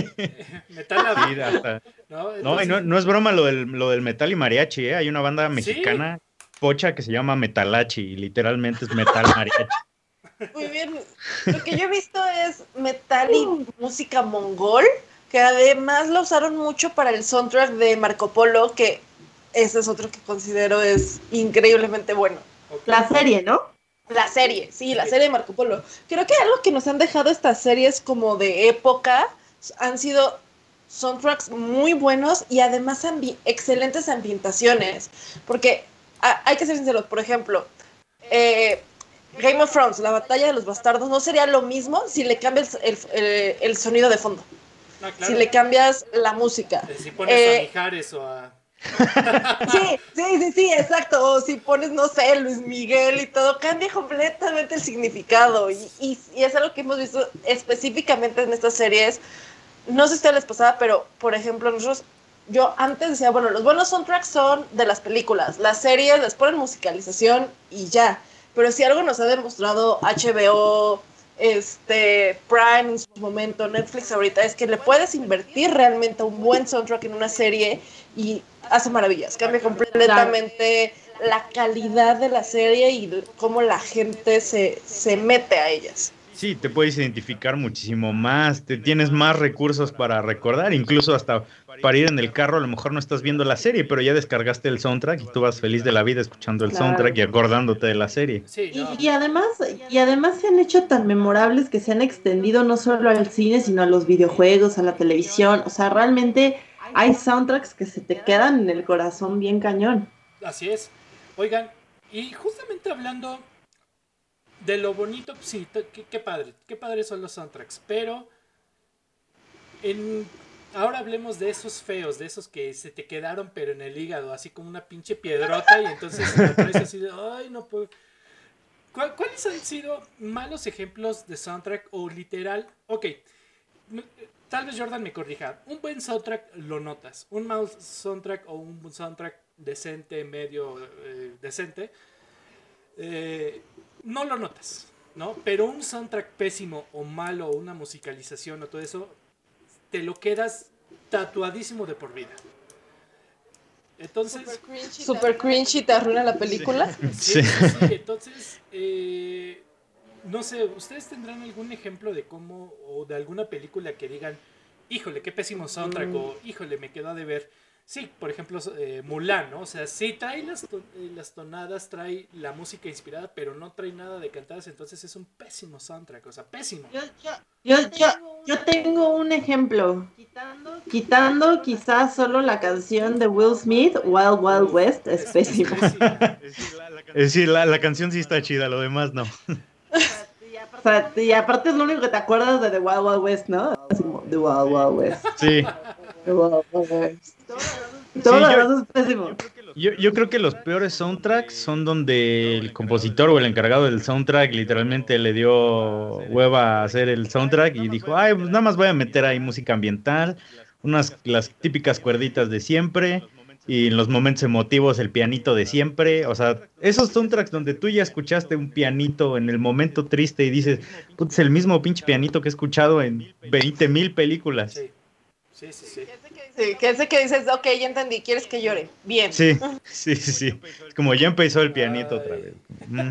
metal a- Sí, hasta- ¿no? No, y Entonces, no, no es broma lo del, lo del metal y mariachi, ¿eh? Hay una banda ¿Sí? mexicana, pocha, que se llama Metalachi, y literalmente es metal mariachi. Muy bien. Lo que yo he visto es metal y música mongol, que además lo usaron mucho para el soundtrack de Marco Polo, que ese es otro que considero es increíblemente bueno. ok. La serie, ¿no? La serie, sí, la serie de Marco Polo. Creo que algo que nos han dejado estas series como de época han sido soundtracks muy buenos y además ambi- excelentes ambientaciones. Porque a- hay que ser sinceros, por ejemplo, eh, Game of Thrones, la batalla de los bastardos, no sería lo mismo si le cambias el, el- el sonido de fondo, Ah, claro. si le cambias la música. Eh, Si pones Eh, a Mijares o a... Sí, sí, sí, sí, exacto. O si pones, no sé, Luis Miguel y todo, cambia completamente el significado. Y, y, y es algo que hemos visto específicamente en estas series. No sé si a ustedes les pasaba, pero, por ejemplo, nosotros, yo antes decía, bueno, los buenos soundtracks son de las películas. Las series les ponen musicalización y ya. Pero si algo nos ha demostrado H B O, este, Prime en su momento, Netflix ahorita, es que le puedes invertir realmente un buen soundtrack en una serie y hace maravillas. Cambia completamente la calidad de la serie y cómo la gente se, se mete a ellas. Sí, te puedes identificar muchísimo más, te tienes más recursos para recordar, incluso hasta para ir en el carro, a lo mejor no estás viendo la serie, pero ya descargaste el soundtrack y tú vas feliz de la vida escuchando el Claro. soundtrack y acordándote de la serie. Sí, Y, no. y además, y además se han hecho tan memorables que se han extendido no solo al cine, sino a los videojuegos, a la televisión. O sea, realmente hay soundtracks que se te quedan en el corazón bien cañón. Así es. Oigan, y justamente hablando de lo bonito, pues sí, t- qué, qué padre, qué padres son los soundtracks, pero en, ahora hablemos de esos feos, de esos que se te quedaron pero en el hígado, así como una pinche piedrota y entonces la traes así de, ay, no puedo. ¿Cuál- ¿Cuáles han sido malos ejemplos de soundtrack o literal? Ok, m- tal vez Jordan me corrija, un buen soundtrack lo notas, un mal soundtrack o un soundtrack decente, medio eh, decente, eh, no lo notas, ¿no? Pero un soundtrack pésimo o malo, o una musicalización o todo eso, te lo quedas tatuadísimo de por vida. Entonces, Super cringy, te arruina la película. sí, Sí. sí, sí, entonces, eh, no sé, ¿ustedes tendrán algún ejemplo de cómo, o de alguna película que digan, híjole, qué pésimo soundtrack, o híjole, me quedó a deber? Sí, por ejemplo, eh, Mulan, ¿no? O sea, sí trae las, to- eh, las tonadas, trae la música inspirada, pero no trae nada de cantadas, entonces es un pésimo soundtrack, o sea, pésimo. Yo, yo, yo, yo tengo un ejemplo. Quitando quizás solo la canción de Will Smith, Wild Wild West, es pésima. Es decir, la, la canción sí está chida, lo demás no. O sea, y aparte es lo único que te acuerdas de The Wild Wild West, ¿no? Así como, The Wild Wild West. Sí. The Wild Wild West. Todo Sí, lo yo- demás es pésimo. Yo, yo creo que los peores soundtracks son donde el compositor o el encargado del soundtrack literalmente le dio hueva a hacer el soundtrack y dijo, ay, pues nada más voy a meter ahí música ambiental, unas las típicas cuerditas de siempre y en los momentos emotivos el pianito de siempre. O sea, esos soundtracks donde tú ya escuchaste un pianito en el momento triste y dices, putz, es el mismo pinche pianito que he escuchado en veinte mil películas. Sí, sí, sí. sí. Sí, que ese que dices, ok, ya entendí, ¿quieres que llore? Bien. Sí, sí, sí, sí. Es como ya empezó el pianito otra vez. Mm.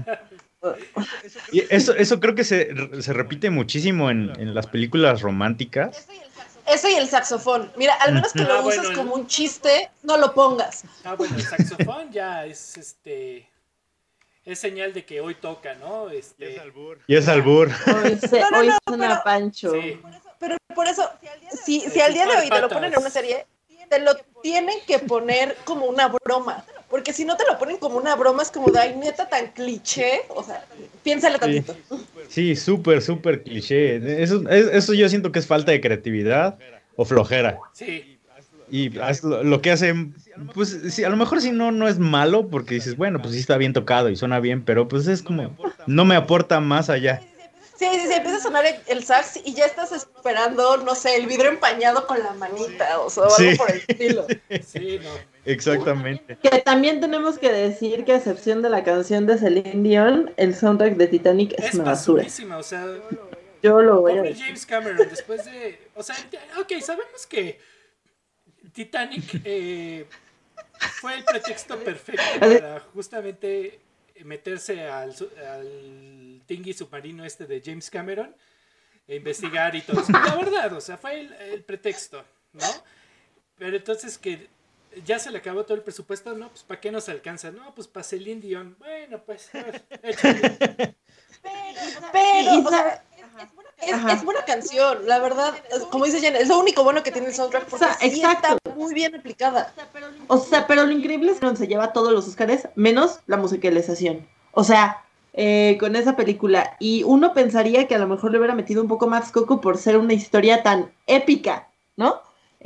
Y eso, eso creo que se, se repite muchísimo en, en las películas románticas. Eso y el saxofón. Mira, al menos que lo Ah, uses bueno, como un chiste, no lo pongas. Ah, bueno, el saxofón ya es este es señal de que hoy toca, ¿no? Este Y es albur. Y es albur. Hoy, se, No, no, hoy no, suena pero- Pancho. sí. Pero por eso, si, De si al día de chupar hoy te lo patas. ponen en una serie, te lo tienen que poner como una broma. Porque si no te lo ponen como una broma, es como de, ay, neta, tan cliché. O sea, piénsale Sí, tantito. sí, súper, súper cliché. Eso, es- eso yo siento que es falta de creatividad o flojera. Sí. Y es lo, lo que hacen, pues sí, a lo mejor si no, no es malo, porque dices, bueno, pues sí está bien tocado y suena bien, pero pues es como, no me aporta más allá. Sí, sí, sí, empieza a sonar el, el sax y ya estás esperando, no sé, el vidrio empañado con la manita, o sea, o algo Sí. por el estilo. Sí, no. Exactamente. Que también tenemos que decir que a excepción de la canción de Celine Dion, el soundtrack de Titanic es, Es una basura. basurísima, o sea, Yo lo voy a pobre decir. James Cameron después de, o sea, ok, sabemos que Titanic eh, fue el pretexto perfecto para justamente meterse al, su- al dinghy submarino este de James Cameron e investigar y todo eso. La verdad, o sea, fue el, el pretexto, ¿no? Pero entonces que ya se le acabó todo el presupuesto, ¿no? Pues ¿para qué nos alcanza? No, pues para Celine Dion. Bueno, pues, a ver, échale. Pero, Y o sea, es, Ajá. es buena canción, la verdad, es- como dice Jen, es lo único bueno que tiene el soundtrack porque O sea, sí exacto. está muy bien aplicada. O sea, pero lo increíble es que se lleva todos los Óscares, menos la musicalización. O sea, eh, con esa película. Y uno pensaría que a lo mejor le hubiera metido un poco más coco por ser una historia tan épica, ¿no?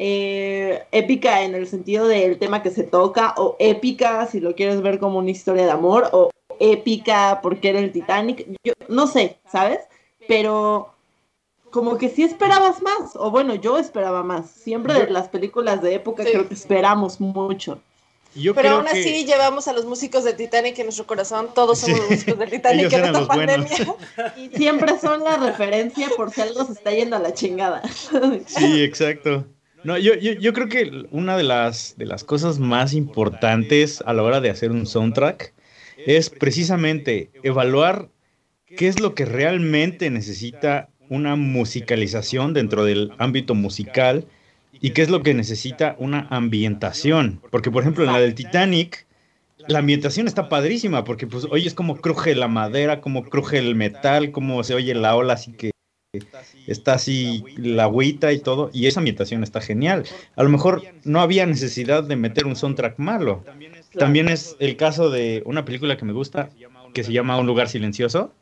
Eh, épica en el sentido del tema que se toca, o épica si lo quieres ver como una historia de amor, o épica porque era el Titanic. Yo no sé, ¿sabes? Pero como que sí esperabas más, o bueno, yo esperaba más. Siempre de las películas de época Sí. creo que esperamos mucho. Yo Pero creo aún así que llevamos a los músicos de Titanic en nuestro corazón, todos somos Sí. los músicos de Titanic Ellos en eran esta los buenos. pandemia. Y siempre son la referencia por si algo se está yendo a la chingada. sí, exacto. No, yo, yo, yo creo que una de las, de las cosas más importantes a la hora de hacer un soundtrack es precisamente evaluar qué es lo que realmente necesita una musicalización dentro del ámbito musical y qué es lo que necesita una ambientación. Porque, por ejemplo, en la del Titanic, la ambientación está padrísima porque pues oyes cómo cruje la madera, cómo cruje el metal, cómo se oye la ola, así que está así la agüita y todo, y esa ambientación está genial. A lo mejor no había necesidad de meter un soundtrack malo. También es el caso de una película que me gusta, que se llama Un lugar silencioso.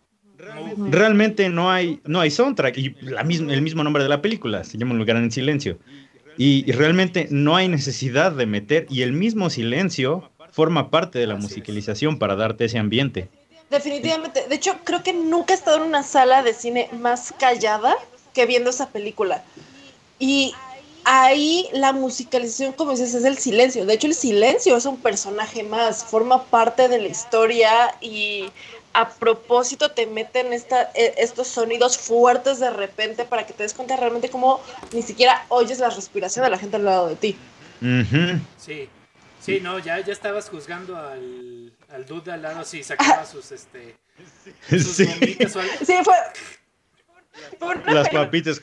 Realmente no hay, no hay soundtrack, y la misma, el mismo nombre de la película, se llama Un lugar en silencio. Y, y realmente no hay necesidad de meter, y el mismo silencio forma parte de la musicalización para darte ese ambiente. Definitivamente. De hecho, creo que nunca he estado en una sala de cine más callada que viendo esa película. Y ahí la musicalización, como dices, es el silencio. De hecho, el silencio es un personaje más, forma parte de la historia y a propósito te meten esta, eh, estos sonidos fuertes de repente para que te des cuenta realmente cómo ni siquiera oyes la respiración de la gente al lado de ti. Ujú. Sí. Sí, no, ya, ya estabas juzgando al, al dude de al lado si sacaba sus, este, sus Sí. gomitas o algo. Sí, fue... fue una Las película- papitas.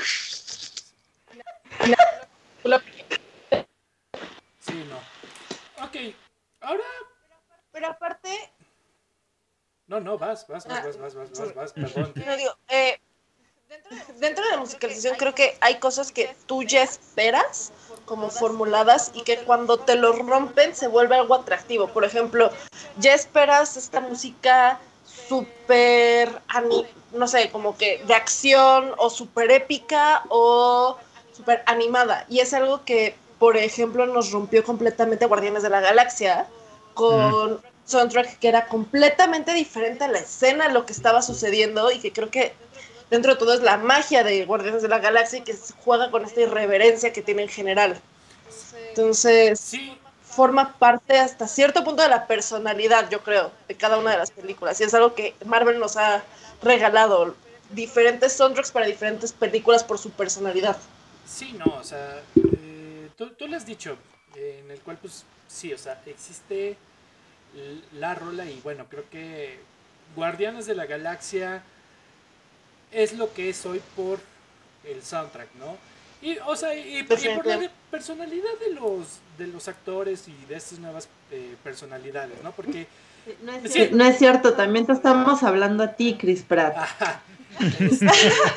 Sí, no. Ok, ahora... Pero aparte, No, no, vas, vas, vas, vas, vas, vas, vas, vas, perdón. no digo, eh, dentro de la musicalización creo que hay cosas que tú ya esperas como formuladas y que cuando te lo rompen se vuelve algo atractivo. Por ejemplo, ya esperas esta música súper, ani- no sé, como que de acción o súper épica o súper animada. Y es algo que por ejemplo, nos rompió completamente Guardianes de la Galaxia con mm. soundtrack que era completamente diferente a la escena, lo que estaba sucediendo, y que creo que dentro de todo es la magia de Guardianes de la Galaxia y que juega con esta irreverencia que tiene en general. Entonces, sí. forma parte hasta cierto punto de la personalidad, yo creo, de cada una de las películas. Y es algo que Marvel nos ha regalado, diferentes soundtracks para diferentes películas por su personalidad. Sí, no, o sea, eh, tú, tú lo has dicho, eh, en el cual, pues, sí, o sea, existe la rola y, bueno, creo que Guardianes de la Galaxia es lo que es hoy por el soundtrack, ¿no? Y, o sea, y, y por la personalidad de los de los actores y de estas nuevas eh, personalidades, ¿no? Porque... No es, sí. no es cierto, también te estamos hablando a ti, Chris Pratt. Este...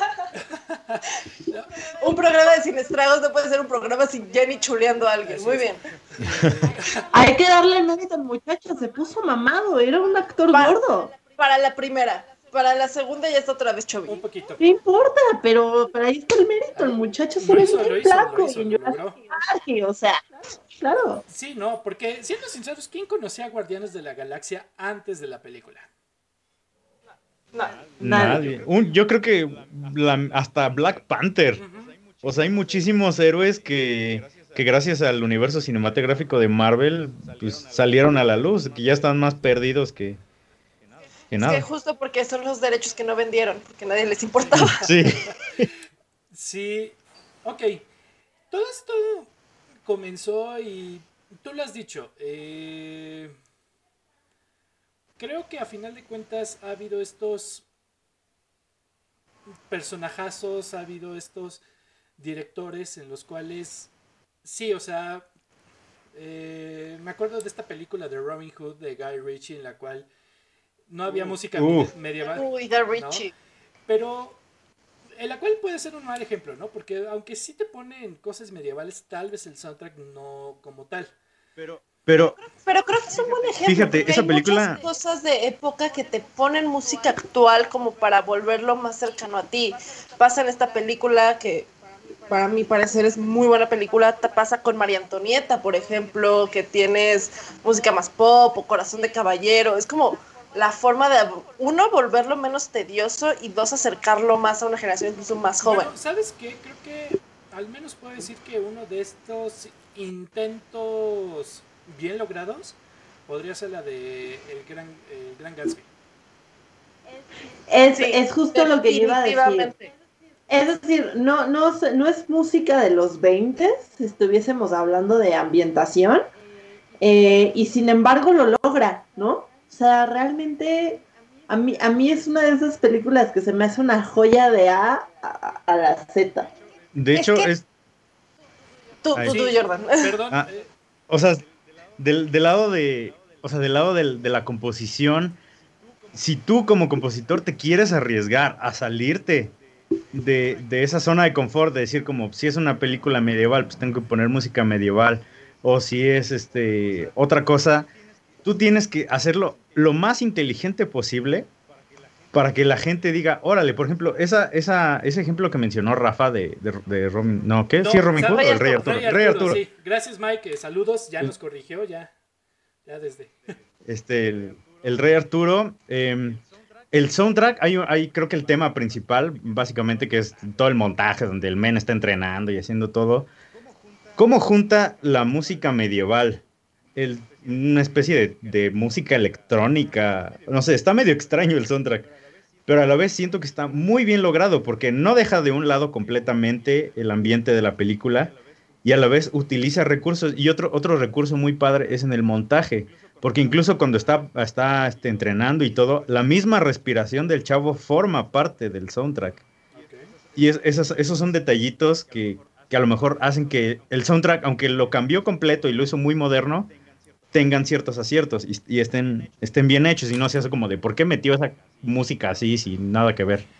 un programa de Sin Estragos no puede ser un programa sin Jenny chuleando a alguien. Muy bien. Hay que darle mérito al muchacho, se puso mamado, era un actor para, gordo. Para la primera. Para la segunda ya está otra vez chubby. Un poquito. No importa, pero, pero ahí está el mérito. El muchacho solo es un flaco. Y o sea, claro. Sí, no, porque siendo sinceros, ¿quién conocía a Guardianes de la Galaxia antes de la película? No. Nadie. Un, yo creo que la, hasta Black Panther. Uh-huh. O sea, hay muchísimos héroes que, que gracias al universo cinematográfico de Marvel pues, salieron a la luz, que ya están más perdidos que... Que es nada. que justo porque son los derechos que no vendieron, porque a nadie les importaba. Sí. Sí. Ok. Todo esto comenzó y tú lo has dicho. Eh, creo que a final de cuentas ha habido estos personajazos, ha habido estos directores en los cuales, sí, o sea, eh, me acuerdo de esta película de Robin Hood de Guy Ritchie en la cual no había música uh. medieval. Uy, de Richie. ¿No? Pero en la cual puede ser un mal ejemplo, ¿no? Porque aunque sí te ponen cosas medievales, tal vez el soundtrack no como tal. Pero, pero, pero creo que es un buen ejemplo. Fíjate, esa hay película. Muchas cosas de época que te ponen música actual como para volverlo más cercano a ti. Pasa en esta película que, para mi parecer, es muy buena película. Te pasa con María Antonieta, por ejemplo, que tienes música más pop o Corazón de Caballero. Es como la forma de, uno, volverlo menos tedioso y dos, acercarlo más a una generación incluso más joven. Bueno, ¿sabes qué? Creo que al menos puedo decir que uno de estos intentos bien logrados podría ser la de El Gran, el Gran Gatsby. Es, sí, es justo lo que yo iba a decir. Es decir, no, no, no es música de los veinte, si estuviésemos hablando de ambientación, eh, y sin embargo lo logra, ¿no? O sea, realmente a mí, a mí es una de esas películas que se me hace una joya de A a, a la Z. De hecho, es... Que... es... Tú, tú, tú, Jordan. Perdón. Ah, o sea, del, del lado de... O sea, del lado del, de la composición, si tú como compositor te quieres arriesgar a salirte de, de esa zona de confort, de decir como, si es una película medieval, pues tengo que poner música medieval, o si es este otra cosa... Tú tienes que hacerlo lo más inteligente posible para que la gente diga, órale, por ejemplo, esa, esa, ese ejemplo que mencionó Rafa de, de, de Robin, no, ¿qué? No, ¿Sí es Robin Hood o el Rey Arturo? Rey Arturo, Rey Arturo. Sí. Gracias, Mike, saludos, ya nos corrigió, ya, ya desde. Este, el, el Rey Arturo, eh, el soundtrack, hay, hay creo que el tema principal, básicamente, que es todo el montaje donde el men está entrenando y haciendo todo. ¿Cómo junta la música medieval? El una especie de, de música electrónica, no sé, está medio extraño el soundtrack, pero a la vez siento que está muy bien logrado, porque no deja de un lado completamente el ambiente de la película, y a la vez utiliza recursos, y otro, otro recurso muy padre es en el montaje, porque incluso cuando está, está este, entrenando y todo, la misma respiración del chavo forma parte del soundtrack, y es, esos, esos son detallitos que, que a lo mejor hacen que el soundtrack, aunque lo cambió completo y lo hizo muy moderno, tengan ciertos aciertos y, y estén, estén bien hechos y no se hace como de ¿por qué metió esa música así sin nada que ver?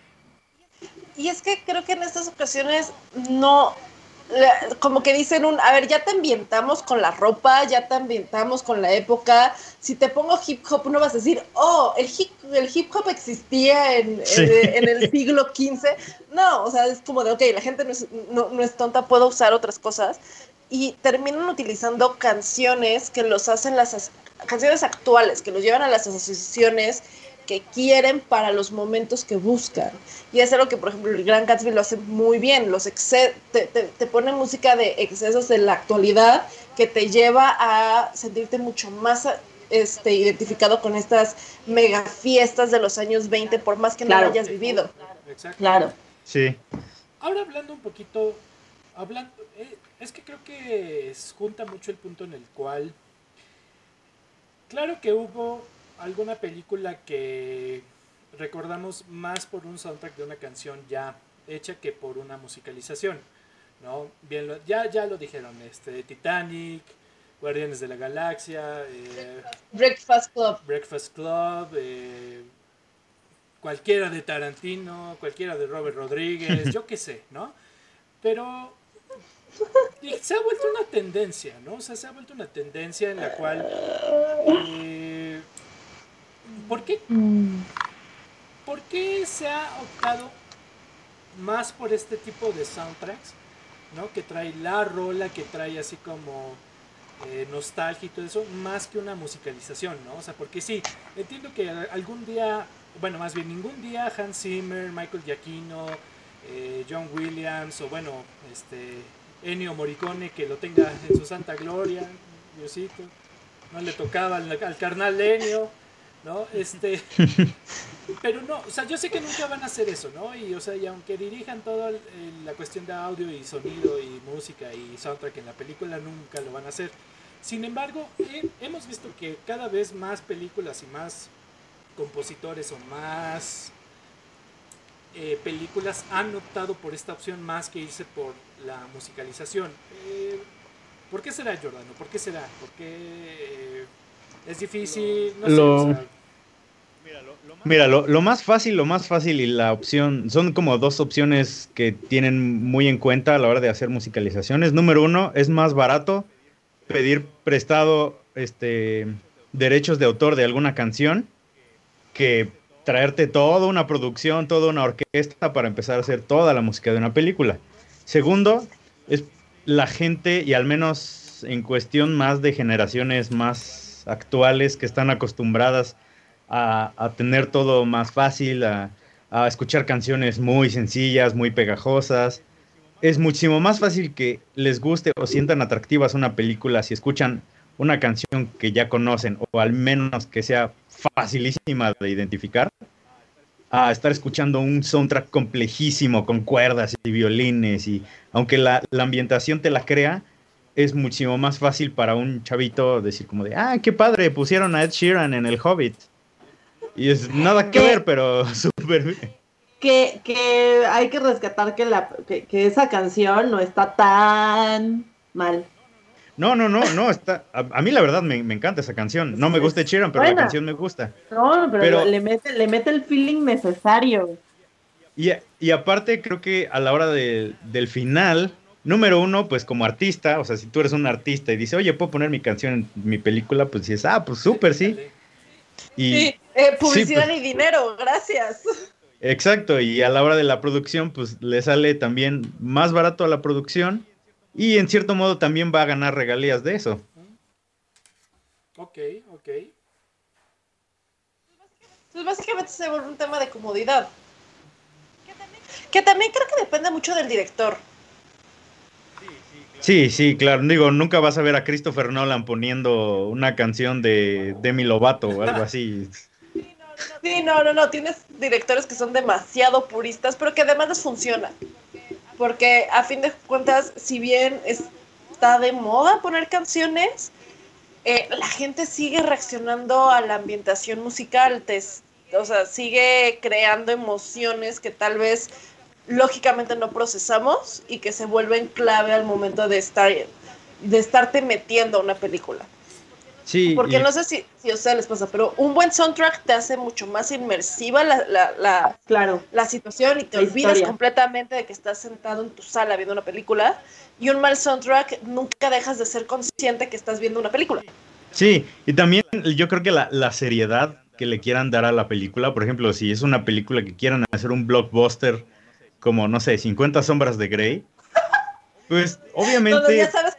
Y es que creo que en estas ocasiones no, como que dicen un, a ver, ya te ambientamos con la ropa, ya te ambientamos con la época, si te pongo hip hop no vas a decir, oh, el hip, el hip hop existía en, sí. en, en el siglo quince, no, o sea, es como de, ok, la gente no es, no, no es tonta, puedo usar otras cosas. y terminan utilizando canciones que los hacen las as- canciones actuales, que los llevan a las asociaciones que quieren para los momentos que buscan. Y es algo que, por ejemplo, el Gran Gatsby lo hace muy bien. Los exce- te, te, te pone música de excesos de la actualidad que te lleva a sentirte mucho más este, identificado con estas mega fiestas de los años veinte, por más que claro. no lo hayas vivido. Exacto. Claro. Sí. Ahora hablando un poquito, hablando, eh, es que creo que junta mucho el punto en el cual, claro que hubo alguna película que recordamos más por un soundtrack de una canción ya hecha que por una musicalización, ¿no? Bien, lo, ya, ya lo dijeron, este, Titanic, Guardianes de la Galaxia, eh, Breakfast Club, Breakfast Club, eh, cualquiera de Tarantino, cualquiera de Robert Rodríguez, yo qué sé, ¿no? Pero se ha vuelto una tendencia, ¿no? O sea, se ha vuelto una tendencia en la cual eh, ¿por qué? ¿Por qué se ha optado más por este tipo de soundtracks, ¿no? Que trae la rola, que trae así como eh, nostalgia y todo eso, más que una musicalización, ¿no? O sea, porque sí, entiendo que algún día, bueno, más bien ningún día Hans Zimmer, Michael Giacchino, eh, John Williams o bueno, este Ennio Morricone, que lo tenga en su santa gloria, Diosito, no le tocaba al, al carnal Ennio, ¿no? Este, pero no, o sea, yo sé que nunca van a hacer eso, ¿no? Y, o sea, y aunque dirijan toda la cuestión de audio y sonido y música y soundtrack en la película, nunca lo van a hacer. Sin embargo, eh, hemos visto que cada vez más películas y más compositores o más eh, películas han optado por esta opción más que irse por la musicalización. Eh, ¿Por qué será, Jordano? ¿Por qué será? ¿Por qué eh, es difícil? No sé, lo, o sea, mira, lo, lo, más, mira lo, lo más fácil, lo más fácil y la opción, son como dos opciones que tienen muy en cuenta a la hora de hacer musicalizaciones. Número uno, es más barato pedir prestado este, derechos de autor de alguna canción que traerte toda una producción, toda una orquesta para empezar a hacer toda la música de una película. Segundo, es la gente, y al menos en cuestión más de generaciones más actuales que están acostumbradas a, a tener todo más fácil, a, a escuchar canciones muy sencillas, muy pegajosas. Es muchísimo más fácil que les guste o sientan atractivas una película si escuchan una canción que ya conocen o al menos que sea facilísima de identificar, a estar escuchando un soundtrack complejísimo con cuerdas y violines, y aunque la, la ambientación te la crea, es muchísimo más fácil para un chavito decir como de, ah, qué padre, pusieron a Ed Sheeran en El Hobbit. Y es nada que ver, pero súper bien. Que, que hay que rescatar que, la, que, que esa canción no está tan mal. No, no, no, no, está, a, a mí la verdad me, me encanta esa canción. No me gusta Ed Sheeran, pero buena. La canción me gusta. No, pero, pero le, mete, le mete el feeling necesario. Y, y aparte creo que a la hora de, del final, número uno, pues como artista, o sea, si tú eres un artista y dices, oye, ¿puedo poner mi canción en mi película? Pues dices, ah, pues súper, sí. Y, sí, eh, publicidad sí, pues, y dinero, gracias. Exacto, y a la hora de la producción, pues le sale también más barato a la producción y en cierto modo también va a ganar regalías de eso. Ok, ok. Pues básicamente se vuelve un tema de comodidad. Que también creo que depende mucho del director. Sí, sí, claro. Digo, nunca vas a ver a Christopher Nolan poniendo una canción de Demi Lovato o algo así. Sí, no, no, no. Tienes directores que son demasiado puristas, pero que además les funciona. Porque a fin de cuentas, si bien está de moda poner canciones, eh, la gente sigue reaccionando a la ambientación musical. Te, o sea, sigue creando emociones que tal vez lógicamente no procesamos y que se vuelven clave al momento de estar de estarte metiendo a una película. Sí, porque y... no sé si, si a ustedes les pasa, pero un buen soundtrack te hace mucho más inmersiva la, la, la, claro. la situación y te la olvidas historia. completamente de que estás sentado en tu sala viendo una película, y un mal soundtrack nunca dejas de ser consciente que estás viendo una película. Sí, y también yo creo que la, la seriedad que le quieran dar a la película, por ejemplo, si es una película que quieran hacer un blockbuster como, no sé, cincuenta sombras de Grey, pues obviamente... Donde ya sabes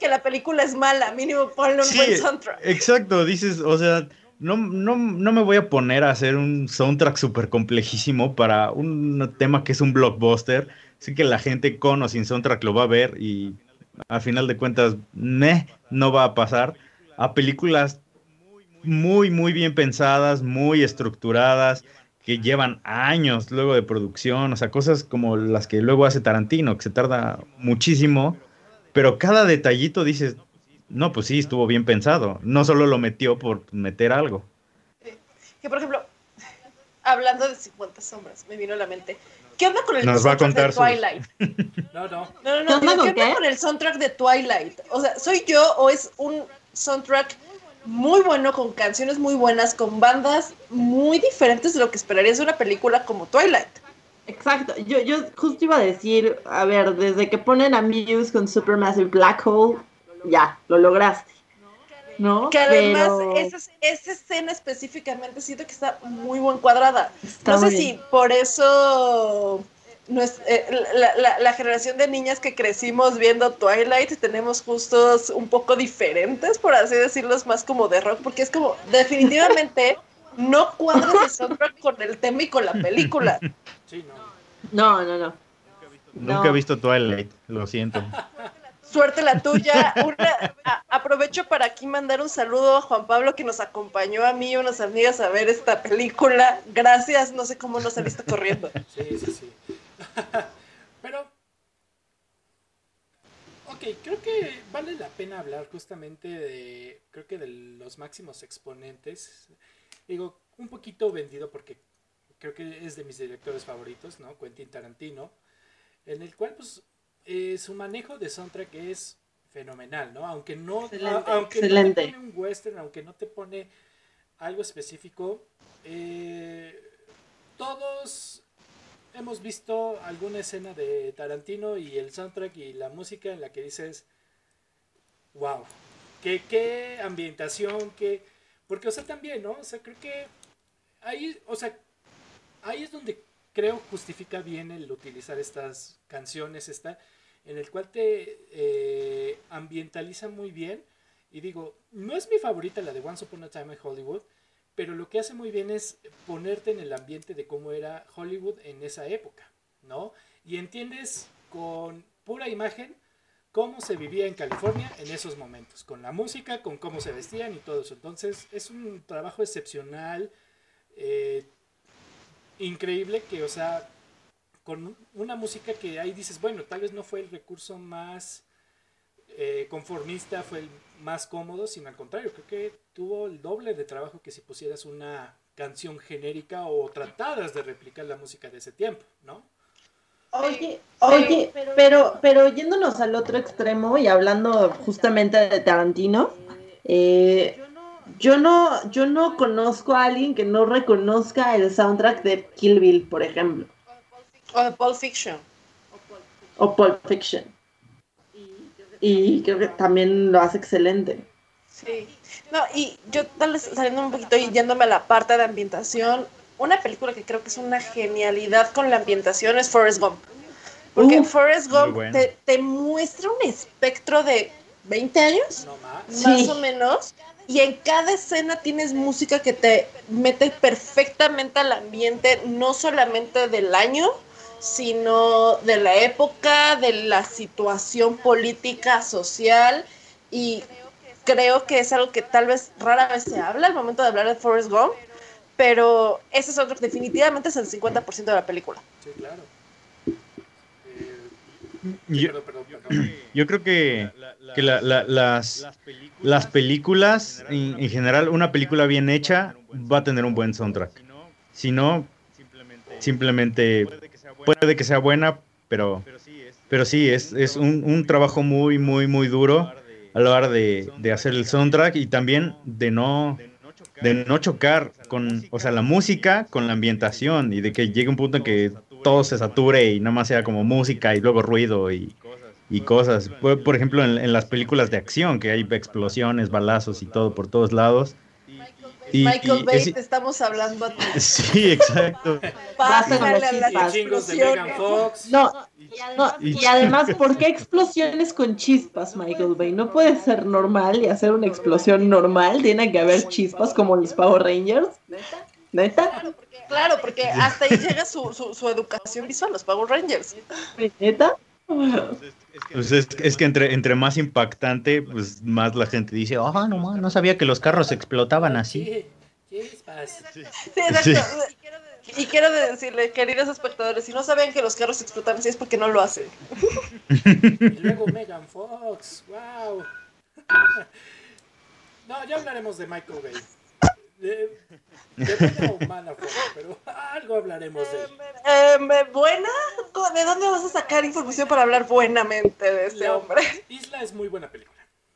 que la película es mala, mínimo ponle un Sí, buen soundtrack. exacto, dices, o sea, no, no, no me voy a poner a hacer un soundtrack súper complejísimo para un tema que es un blockbuster. Sé que la gente con o sin soundtrack lo va a ver y a final de cuentas, meh, no va a pasar. A películas muy, muy bien pensadas, muy estructuradas, que llevan años luego de producción, o sea, cosas como las que luego hace Tarantino, que se tarda muchísimo, pero cada detallito dices, no, pues sí, estuvo bien pensado, no solo lo metió por meter algo. Que por ejemplo, hablando de cincuenta sombras, me vino a la mente, ¿qué onda con el Nos va a soundtrack contar de sus- Twilight? No, no. No, no, ¿Qué no, onda digo, con ¿qué onda qué? con el soundtrack de Twilight? O sea, ¿soy yo o es un soundtrack muy bueno, con canciones muy buenas, con bandas muy diferentes de lo que esperarías de una película como Twilight? Exacto, yo, yo justo iba a decir, a ver, desde que ponen a Muse con Supermassive Black Hole, ya, lo lograste, ¿no? Que además Pero esa, esa escena específicamente siento que está muy buen cuadrada. está No sé muy si bien. por eso no es, eh, la, la, la generación de niñas que crecimos viendo Twilight tenemos gustos un poco diferentes, por así decirlos, más como de rock, porque es como definitivamente no cuadras el soundtrack con el tema y con la película. Sí, no. No, no, no. Nunca he No. visto Twilight, lo siento. Suerte la tuya. Una, a, aprovecho para aquí mandar un saludo a Juan Pablo, que nos acompañó a mí y unas amigas a ver esta película. Gracias, no sé cómo no saliste corriendo. Sí, sí, sí. Pero, ok, creo que vale la pena hablar justamente de, creo que de los máximos exponentes. Digo, un poquito vendido porque creo que es de mis directores favoritos, ¿no? Quentin Tarantino, en el cual, pues, eh, su manejo de soundtrack es fenomenal, ¿no? Aunque no, Excelente, a, aunque excelente. no te pone un western, aunque no te pone algo específico, eh, todos hemos visto alguna escena de Tarantino y el soundtrack y la música en la que dices, wow, qué, qué ambientación, qué... Porque, o sea, también, ¿no? O sea, creo que ahí, o sea, ahí es donde creo justifica bien el utilizar estas canciones, esta, en el cual te eh, ambientaliza muy bien. Y digo, no es mi favorita la de Once Upon a Time in Hollywood, pero lo que hace muy bien es ponerte en el ambiente de cómo era Hollywood en esa época, ¿no? Y entiendes con pura imagen cómo se vivía en California en esos momentos, con la música, con cómo se vestían y todo eso. Entonces es un trabajo excepcional, eh, increíble, que, o sea, con una música que ahí dices, bueno, tal vez no fue el recurso más eh, conformista, fue el más cómodo, sino al contrario, creo que tuvo el doble de trabajo que si pusieras una canción genérica o tratadas de replicar la música de ese tiempo, ¿no? Oye, oye, pero, pero yéndonos al otro extremo y hablando justamente de Tarantino, eh, yo no, yo no conozco a alguien que no reconozca el soundtrack de Kill Bill, por ejemplo, O de Pulp Fiction. o Pulp Fiction. Y creo que también lo hace excelente. Sí. No, y yo tal vez saliendo un poquito y yéndome a la parte de ambientación, una película que creo que es una genialidad con la ambientación es Forrest Gump. Porque Uh, Forrest muy Gump bueno. te, te muestra un espectro de veinte años, No más. Sí. más o menos, y en cada escena tienes música que te mete perfectamente al ambiente, no solamente del año, sino de la época, de la situación política, social, y creo que es algo que tal vez rara vez se habla al momento de hablar de Forrest Gump, pero ese es otro que definitivamente es el cincuenta por ciento de la película. Sí, claro. Eh, Yo, perdón, perdón, perdón. yo creo que, que la- la- las, las películas, en, en general, una película bien hecha va a tener un buen soundtrack. Si no, simplemente puede que sea buena, pero, pero sí, es, es un, un trabajo muy, muy, muy duro a la hora de, de hacer el soundtrack y también de no, de no chocar con, o sea, la música con la ambientación y de que llegue un punto en que todo se sature y nada más sea como música y luego ruido y, y cosas. Por, por ejemplo, en, en las películas de acción, que hay explosiones, balazos y todo por todos lados, Y, Michael y Bay, es- te estamos hablando a ti. sí, exacto. Pásale a la Y chingos de discusión. Megan Fox. No, no, Y- y además, ¿por qué explosiones con chispas, Michael Bay? No puede ser normal y hacer una explosión normal. Tiene que haber chispas como los Power Rangers. ¿Neta? Claro, porque hasta ahí llega su, su, su educación visual, los Power Rangers. ¿Neta? Pues es, es que entre, entre más impactante, pues más la gente dice, ah, no, ma, no sabía que los carros explotaban así. Sí, chispas. Sí, exacto. Y quiero decirle, queridos espectadores, si no sabían que los carros explotan así es porque no lo hacen. Y luego Megan Fox. Wow. No, ya hablaremos de Michael Bay. De, de buena o mala forma, pero algo hablaremos de él. Eh, ¿Buena? ¿De dónde vas a sacar información para hablar buenamente de este La hombre? Isla es muy buena película.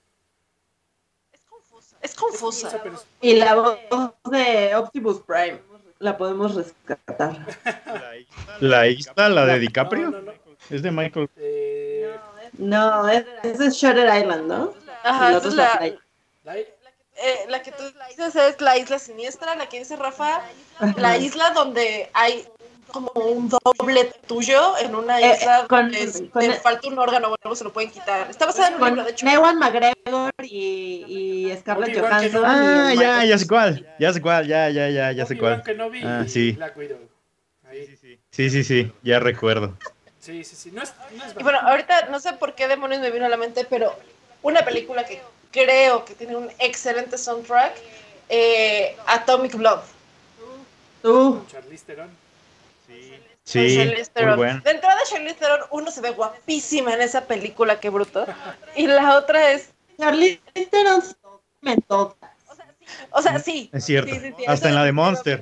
Es confusa. Pero es- Y la voz de Optimus Prime la podemos rescatar. La isla, la de DiCaprio, No, no, no. es de Michael. Eh, No, es, es de Shutter Island, ¿no? Ajá, Y esa es otra la, playa. la- eh, la que tú dices es la isla siniestra, la que dice Rafa, la isla donde hay como un doble tuyo en una Eh, isla con- donde es- con- te falta un órgano o algo, se lo pueden quitar. Está basada en un Con libro, de hecho. Ewan McGregor y, y Scarlett Obi-Wan Johansson. Kenobi. Ah, y ya, Michael- ya sé cuál, ya sé cuál, ya, ya, ya, ya sé Obi-Wan cuál. Kenobi Ah, y sí. Black Widow. Ahí. Sí, sí, sí, ya recuerdo. Sí, sí, sí. No es, no es Y bueno, ahorita no sé por qué demonios me vino a la mente, pero una película que creo que tiene un excelente soundtrack, eh, Atomic Blonde. Tú. Charlize Theron. Sí, Con Charlize muy Theron. bueno. De entrada, Charlize Theron, uno se ve guapísima en esa película, qué bruto. Y la otra es, Charlize Theron me toca. o sea, sí. Es cierto, sí, sí, sí, hasta eso- en la de Monster.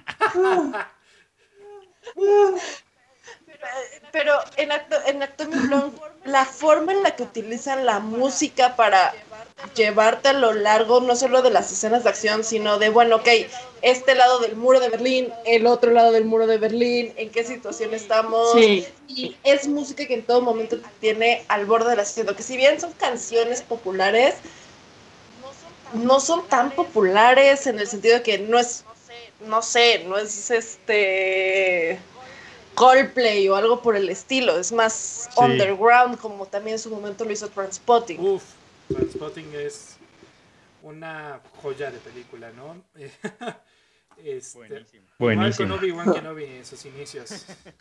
Pero en, Acto- en Atomic Blonde, la forma en la que utilizan la música para llevarte a lo largo, no solo de las escenas de acción, sino de, bueno, ok, este lado del muro de Berlín, el otro lado del muro de Berlín, en qué situación estamos. Sí. Y es música que en todo momento te tiene al borde del asiento, que si bien son canciones populares, no son tan populares en el sentido de que no es, no sé, no es este Coldplay o algo por el estilo, es más Sí. underground, como también en su momento lo hizo Trainspotting. Uf, Trainspotting es una joya de película, ¿no? Este, igual con Buenísimo. Obi-Wan Kenobi en sus inicios.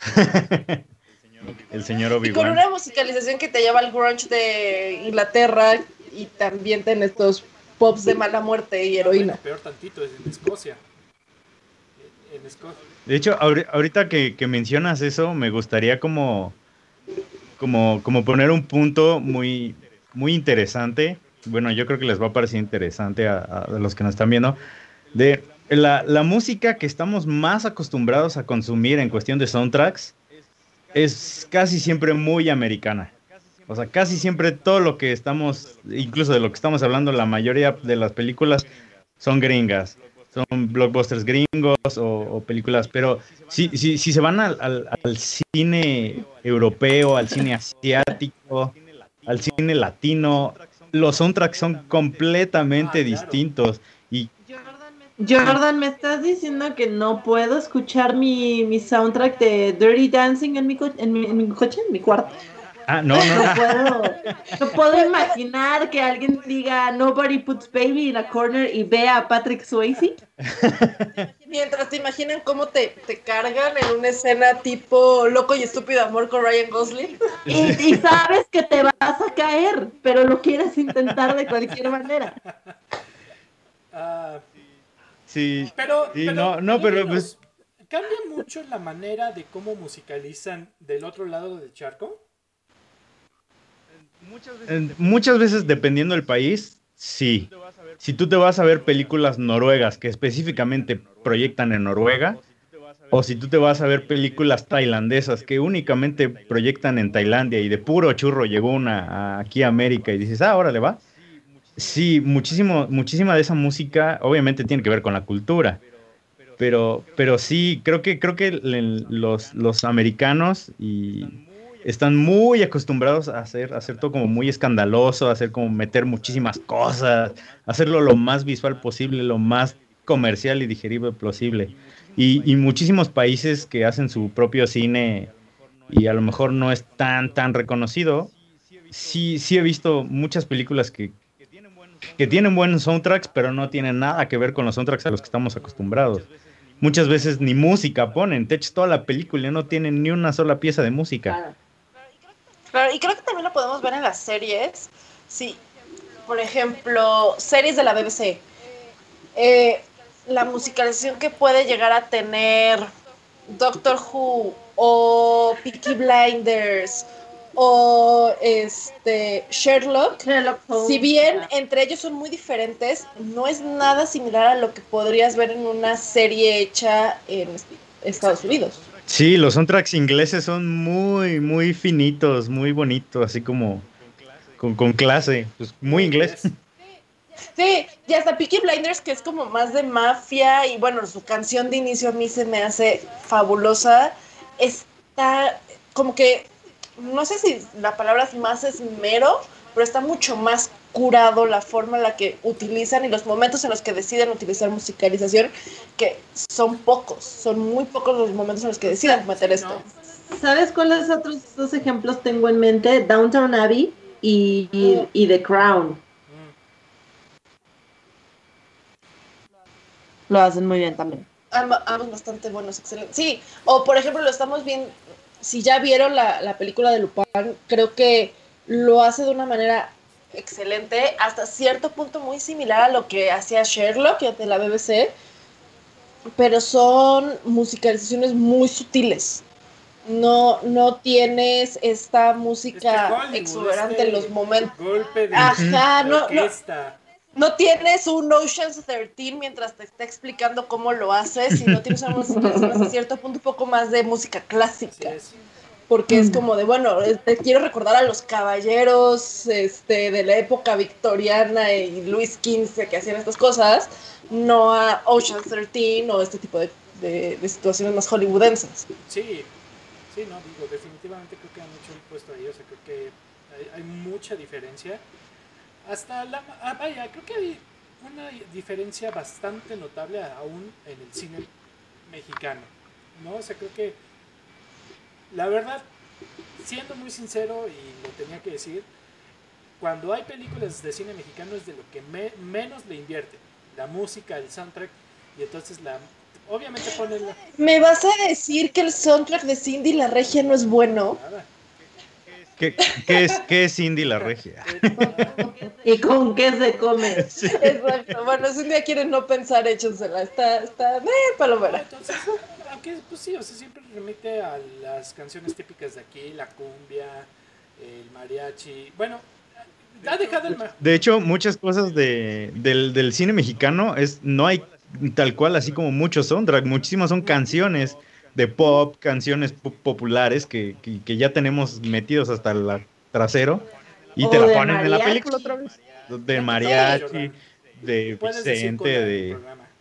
El señor Y con Obi-Wan. una musicalización que te lleva al grunge de Inglaterra y también ten estos pops de mala muerte y heroína. Bueno, peor tantito, es en Escocia. En Escocia. De hecho, ahori- ahorita que, que mencionas eso, me gustaría como, como, como poner un punto muy, muy interesante. Bueno, yo creo que les va a parecer interesante a, a los que nos están viendo. De la, la música que estamos más acostumbrados a consumir en cuestión de soundtracks es casi siempre muy americana. O sea, casi siempre todo lo que estamos, incluso de lo que estamos hablando, la mayoría de las películas son gringas. Son blockbusters gringos o, o películas, pero si, si, si se van al, al, al cine europeo, al cine asiático, al cine latino, los soundtracks son completamente Ah, claro. distintos. Y Jordan, ¿me estás diciendo que no puedo escuchar mi, mi soundtrack de Dirty Dancing en mi, co- en mi, en mi coche, en mi cuarto? ah, no, no, No no. puedo, no puedo imaginar que alguien diga Nobody puts baby in a corner y vea a Patrick Swayze. Mientras te imaginan cómo te, te cargan en una escena tipo Loco y Estúpido Amor con Ryan Gosling. Y, y sabes que te vas a caer, pero lo quieres intentar de cualquier manera. Ah, Sí, pero, sí, pero, no, no, pero díganos, pues, ¿cambia mucho la manera de cómo musicalizan del otro lado del charco? en- muchas veces dependiendo del país, sí. Si tú te vas a ver películas noruegas que específicamente proyectan en Noruega, o si tú te vas a ver películas tailandesas que únicamente proyectan en Tailandia y de puro churro llegó una a- aquí a América y dices, ah, órale va. Sí, muchísimo, muchísima de esa música obviamente tiene que ver con la cultura. Pero, pero sí, creo que, creo que el- los, los americanos y están muy acostumbrados a hacer, a hacer todo como muy escandaloso, a hacer como meter muchísimas cosas, hacerlo lo más visual posible, lo más comercial y digerible posible. Y, y muchísimos países que hacen su propio cine y a lo mejor no es tan, tan reconocido. Sí, sí he visto muchas películas que, que tienen buenos soundtracks, pero no tienen nada que ver con los soundtracks a los que estamos acostumbrados. Muchas veces ni música ponen, te echas toda la película y no tienen ni una sola pieza de música. Claro. Claro, y creo que también lo podemos ver en las series. Sí, por ejemplo, series de la B B C. Eh, la musicalización que puede llegar a tener Doctor Who o Peaky Blinders o este Sherlock, Sherlock Holmes. Si bien entre ellos son muy diferentes, no es nada similar a lo que podrías ver en una serie hecha en Estados Unidos. Sí, los soundtracks ingleses son muy, muy finitos, muy bonitos, así como con, con clase, pues muy inglés. Sí, y hasta Peaky Blinders, que es como más de mafia, y bueno, su canción de inicio a mí se me hace fabulosa. Está como que, no sé si la palabra es más esmero, pero está mucho más curado la forma en la que utilizan y los momentos en los que deciden utilizar musicalización, que son pocos, son muy pocos los momentos en los que deciden meter esto. ¿Sabes cuáles otros dos ejemplos tengo en mente? Downton Abbey y, y, y The Crown. Lo hacen muy bien también. Ambos, ambos bastante buenos, excelentes. Sí, o por ejemplo, lo estamos viendo, si ya vieron la, la película de Lupin, creo que lo hace de una manera excelente, hasta cierto punto muy similar a lo que hacía Sherlock de la B B C, pero son musicalizaciones muy sutiles. No, no tienes esta música este exuberante este en los momentos. Golpe de Ajá, no, no, orquesta. no tienes un Ocean's trece mientras te está explicando cómo lo haces, sino tienes una musicalización hasta cierto punto un poco más de música clásica. Sí, sí. Porque es como de, bueno, te quiero recordar a los caballeros este, de la época victoriana y Luis quince que hacían estas cosas, no a Ocean's trece o este tipo de, de, de situaciones más hollywoodenses. Sí, sí, no, digo, definitivamente creo que han hecho un puesto ahí, o sea, creo que hay, hay mucha diferencia. Hasta la, ah, vaya, creo que hay una diferencia bastante notable aún en el cine mexicano, ¿no? O sea, creo que la verdad, siendo muy sincero y lo tenía que decir, cuando hay películas de cine mexicano es de lo que me, menos le invierte, la música, el soundtrack, y entonces la obviamente ponen la... ¿Me vas a decir que el soundtrack de Cindy la Regia no es bueno? Nada. ¿Qué, qué, es, ¿Qué es Cindy la Regia? ¿Y con qué se come? Sí. Exacto. Bueno, si un día quieren no pensar, échensela. Está, está, eh, palomera. Entonces, aunque, pues sí, o sea, siempre remite a las canciones típicas de aquí, la cumbia, el mariachi. Bueno, ha dejado el... De hecho, muchas cosas de, del, del cine mexicano es no hay tal cual así como muchos soundtrack. Muchísimas son canciones de pop, canciones pop populares que, que, que ya tenemos metidos hasta el trasero y o te la ponen mariachi. En la película otra vez. De mariachi, de Vicente, de...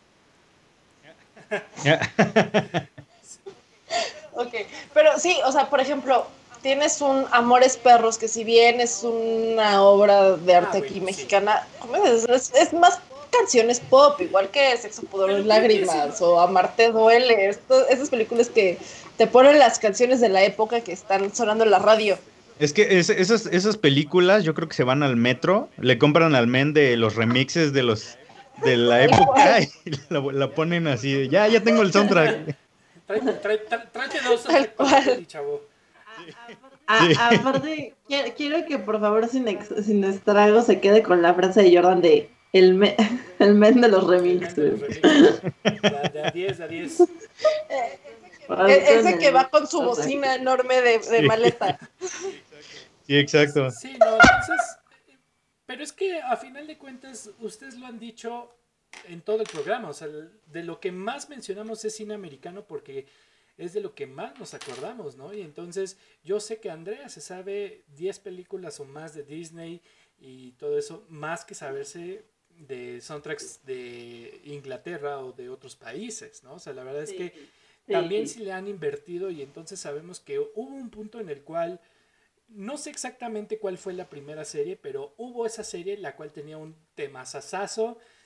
Ok, pero sí, o sea, por ejemplo, tienes un Amores Perros, que si bien es una obra de arte ah, aquí bueno, mexicana, sí. es, es más canciones pop, igual que Sexo, Pudor y Lágrimas, sí. O Amarte Duele, esto, esas películas que te ponen las canciones de la época que están sonando en la radio. Es que es, esas, esas películas yo creo que se van al metro, le compran al men de los remixes de los de la época y la, la ponen así de, ya, ya tengo el soundtrack. Tráete, tráete, tráete dos soundtracks y chavo. A, sí. Aparte, quiero que por favor sin, ex, sin estrago se quede con la frase de Jordan de el, me, el men de los remixes. De, de a diez, de a diez. Eh, ese que va con su bocina enorme de, de sí. maleta. Sí, exacto. Sí, no, entonces, pero es que a final de cuentas, ustedes lo han dicho en todo el programa, o sea, de lo que más mencionamos es cine americano porque es de lo que más nos acordamos, ¿no? Y entonces yo sé que Andrea se sabe diez películas o más de Disney y todo eso, más que saberse de soundtracks de Inglaterra o de otros países, ¿no? O sea, la verdad es que sí, también sí. sí le han invertido y entonces sabemos que hubo un punto en el cual, no sé exactamente cuál fue la primera serie, pero hubo esa serie la cual tenía un temazazazo,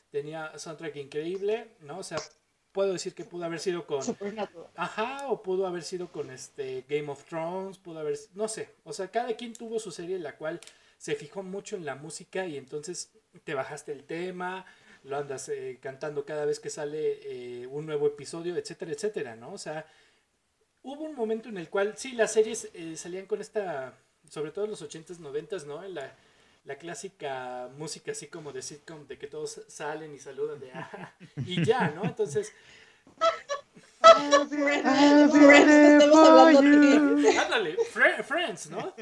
tenía soundtrack increíble, ¿no? O sea, puedo decir que pudo haber sido con... Ajá, o pudo haber sido con este Game of Thrones, pudo haber... No sé, o sea, cada quien tuvo su serie en la cual se fijó mucho en la música y entonces te bajaste el tema, lo andas eh, cantando cada vez que sale eh, un nuevo episodio, etcétera, etcétera, ¿no? O sea, hubo un momento en el cual, sí, las series eh, salían con esta, sobre todo en los ochentas, noventas, ¿no? En la... La clásica música así como de sitcom, de que todos salen y saludan de ah, y ya, ¿no? Entonces... Ah, Friends, Friends, estamos hablando de... Ándale, Friends, ¿no?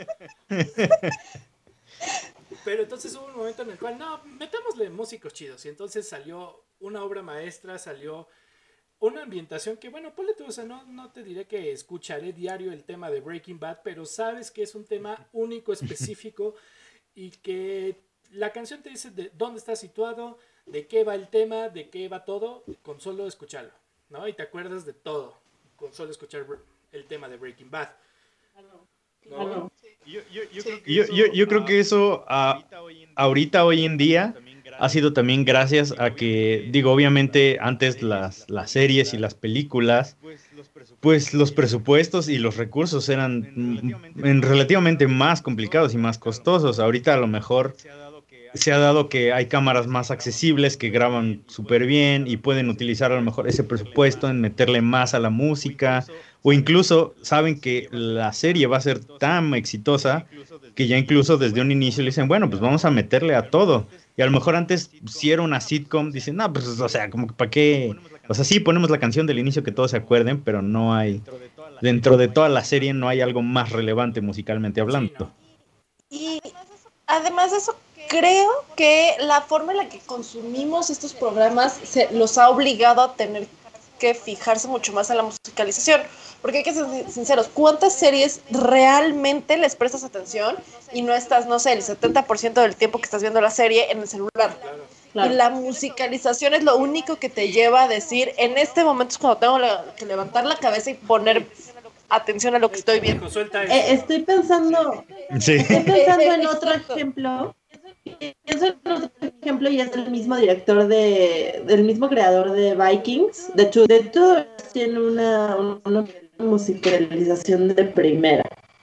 Pero entonces hubo un momento en el cual, no, metámosle músicos chidos. Y entonces salió una obra maestra, salió una ambientación que, bueno, ponle tú, o sea, no, no te diré que escucharé diario el tema de Breaking Bad, pero sabes que es un tema único, específico, y que la canción te dice de dónde está situado, de qué va el tema, de qué va todo, con solo escucharlo, ¿no? Y te acuerdas de todo, con solo escuchar el tema de Breaking Bad. ¿No? Yo, yo, yo, creo yo, yo, yo creo que eso uh, ahorita, hoy en día, ha sido también gracias a que, digo, obviamente antes las, las series y las películas, pues los presupuestos y los recursos eran mm, relativamente más complicados y más costosos. Ahorita a lo mejor se ha dado que hay cámaras más accesibles que graban súper bien y pueden utilizar a lo mejor ese presupuesto en meterle más a la música, o incluso saben que la serie va a ser tan exitosa que ya incluso desde un inicio le dicen, bueno, pues vamos a meterle a todo. Y a lo mejor antes, si era una sitcom, dicen, no, pues, o sea, como que para qué... O sea, sí, ponemos la canción del inicio que todos se acuerden, pero no hay... Dentro de toda la serie no hay algo más relevante musicalmente hablando. Y además de eso, creo que la forma en la que consumimos estos programas se los ha obligado a tener que fijarse mucho más en la musicalización, porque hay que ser sinceros, ¿cuántas series realmente les prestas atención y no estás, no sé, el setenta por ciento del tiempo que estás viendo la serie en el celular? Claro. Y la musicalización es lo único que te lleva a decir, en este momento es cuando tengo la, que levantar la cabeza y poner atención a lo que estoy viendo. Eh, estoy pensando, sí. estoy pensando en otro ejemplo. Es otro ejemplo y es el mismo director de, del mismo creador de Vikings. De hecho, de Tudors tiene una, una musicalización de primera.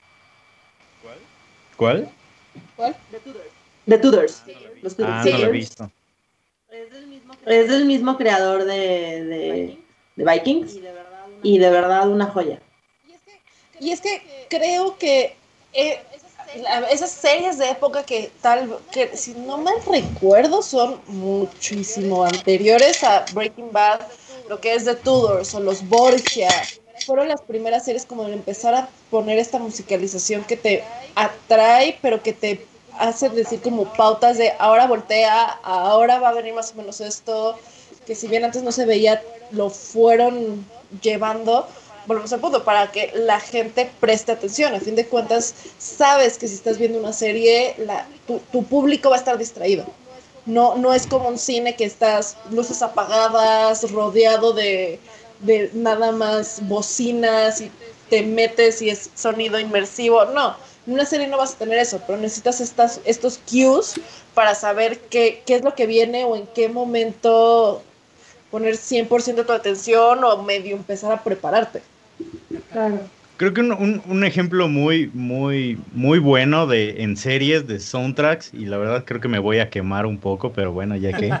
¿Cuál? ¿Cuál? De Tudors. Los Tudors. Ah, sí, no lo he visto. Es del mismo, es del mismo creador de, de, de Vikings y de verdad una joya. Y es que creo que eh, esas series de época que tal, que si no mal recuerdo son muchísimo anteriores a Breaking Bad, lo que es The Tudors o los Borgia, fueron las primeras series como de empezar a poner esta musicalización que te atrae, pero que te hace decir como pautas de ahora voltea, ahora va a venir más o menos esto, que si bien antes no se veía, lo fueron llevando. Volvemos al punto, para que la gente preste atención. A fin de cuentas, sabes que si estás viendo una serie, la, tu, tu público va a estar distraído. No, no es como un cine que estás luces apagadas, rodeado de, de nada más bocinas y te metes y es sonido inmersivo. No, en una serie no vas a tener eso, pero necesitas estas, estos cues para saber qué, qué es lo que viene o en qué momento poner cien por ciento de tu atención o medio empezar a prepararte. Claro. Creo que un, un, un ejemplo muy, muy, muy bueno de en series de soundtracks, y la verdad creo que me voy a quemar un poco, pero bueno, ya que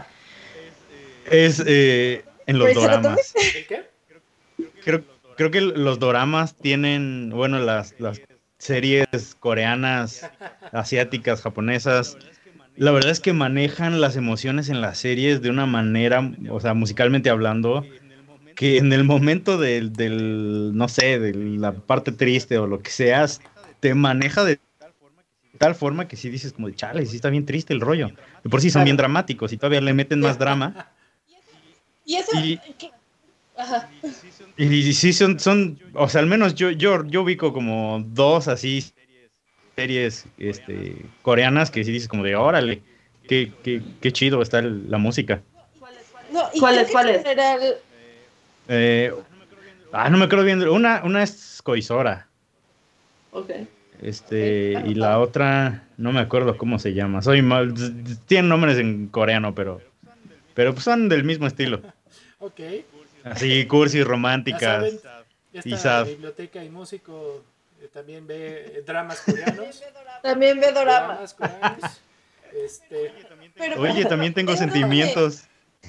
es eh, en los doramas. ¿El qué? Creo, creo que los doramas tienen, bueno, las, las series coreanas, asiáticas, japonesas, la verdad es que manejan las emociones en las series de una manera, o sea, musicalmente hablando, que en el momento del, del, no sé, de la parte triste o lo que seas, te maneja de tal forma que sí dices como de chale, sí está bien triste el rollo. De por sí son bien dramáticos y todavía le meten más drama. Y eso... Y, ¿qué? Ajá. y, y sí son, son, o sea, al menos yo, yo, yo ubico como dos así series este, coreanas que sí dices como de órale, qué, qué, qué chido está el, la música. No, ¿y ¿Cuál es? ¿Cuál es? General... Eh, ah, no me acuerdo bien. Una, una es Koizora. Ok. Este, y la otra, no me acuerdo cómo se llama. Soy mal, tienen nombres en coreano, pero pero pues son del mismo estilo. Ok. Así, cursi, Ya románticas saben, esta y sad. biblioteca y músico eh, también ve eh, dramas coreanos. También ve doramas. Dramas coreanos. Este, Pero Oye, también tengo esto me- sentimientos.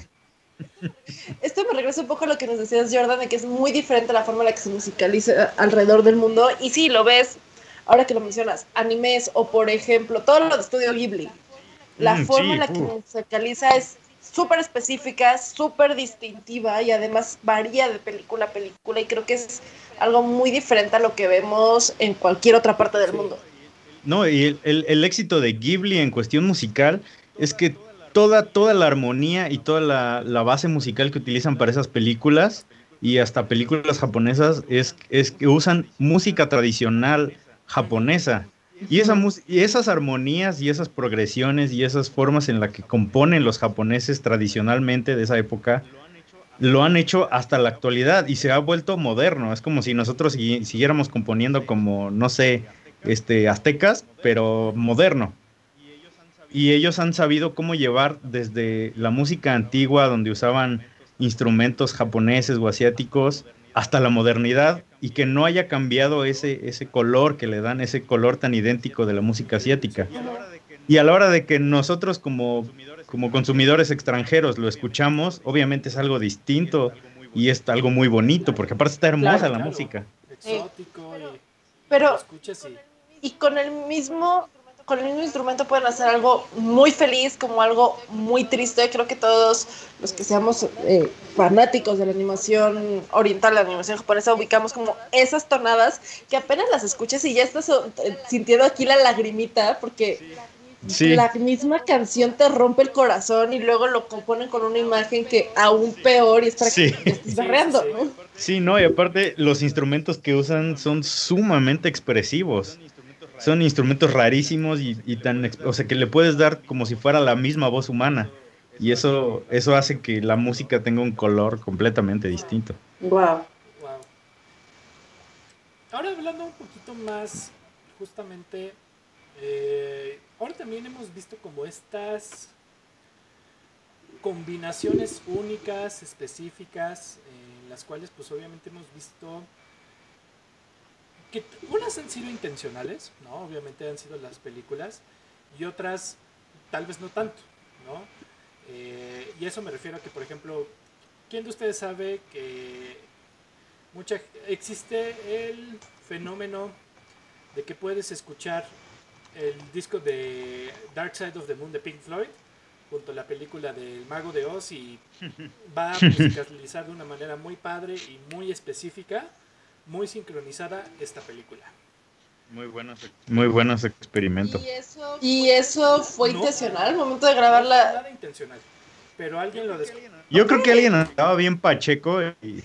Esto me regresa un poco a lo que nos decías, Jordan, de que es muy diferente la forma en la que se musicaliza alrededor del mundo. Y sí, lo ves, ahora que lo mencionas, animes o, por ejemplo, todo lo de Estudio Ghibli. La Mm, forma sí, en la que uh. musicaliza es súper específica, súper distintiva y además varía de película a película. Y creo que es algo muy diferente a lo que vemos en cualquier otra parte del Sí. mundo. No, y el, el- el éxito de Ghibli en cuestión musical es que toda, toda la armonía y toda la, la base musical que utilizan para esas películas y hasta películas japonesas es, es que usan música tradicional japonesa. Y, esa, mus- y esas armonías y esas progresiones y esas formas en las que componen los japoneses tradicionalmente de esa época lo han hecho hasta la actualidad y se ha vuelto moderno. Es como si nosotros sigui- siguiéramos componiendo como, no sé, este, aztecas, pero moderno. Y ellos han sabido cómo llevar desde la música antigua, donde usaban instrumentos japoneses o asiáticos, hasta la modernidad, y que no haya cambiado ese, ese color que le dan, ese color tan idéntico de la música asiática. Y a la hora de que nosotros como, como consumidores extranjeros lo escuchamos, obviamente es algo distinto y es algo muy bonito, porque aparte está hermosa Claro, la claro, música. exótico y lo Pero, escuchas y y con el mismo, con el mismo instrumento pueden hacer algo muy feliz como algo muy triste. Creo que todos los que seamos eh, fanáticos de la animación oriental, la animación japonesa, ubicamos como esas tonadas que apenas las escuchas y ya estás eh, sintiendo aquí la lagrimita porque Sí. la misma canción te rompe el corazón y luego lo componen con una imagen que aún peor y es para Sí. que estés Sí, berreando, sí, sí. ¿no? Sí, no, y aparte los instrumentos que usan son sumamente expresivos. Son instrumentos rarísimos y, y tan, ex- o sea, que le puedes dar como si fuera la misma voz humana. Y eso, eso hace que la música tenga un color completamente distinto. Wow. wow. Ahora hablando un poquito más, justamente, eh, ahora también hemos visto como estas combinaciones únicas, específicas, eh, en las cuales pues obviamente hemos visto que t- unas han sido intencionales, ¿no? Obviamente han sido las películas, y otras tal vez no tanto, ¿no? Eh, y eso me refiero a que, por ejemplo, ¿quién de ustedes sabe que mucha, existe el fenómeno de que puedes escuchar el disco de Dark Side of the Moon de Pink Floyd junto a la película del Mago de Oz y va a musicalizar de una manera muy padre y muy específica, muy sincronizada esta película? Muy buenos, muy buenos experimentos. Y eso, y eso fue No. intencional al momento de No grabar fue la... nada intencional, pero alguien lo descubrió. Yo creo que alguien andaba bien pacheco y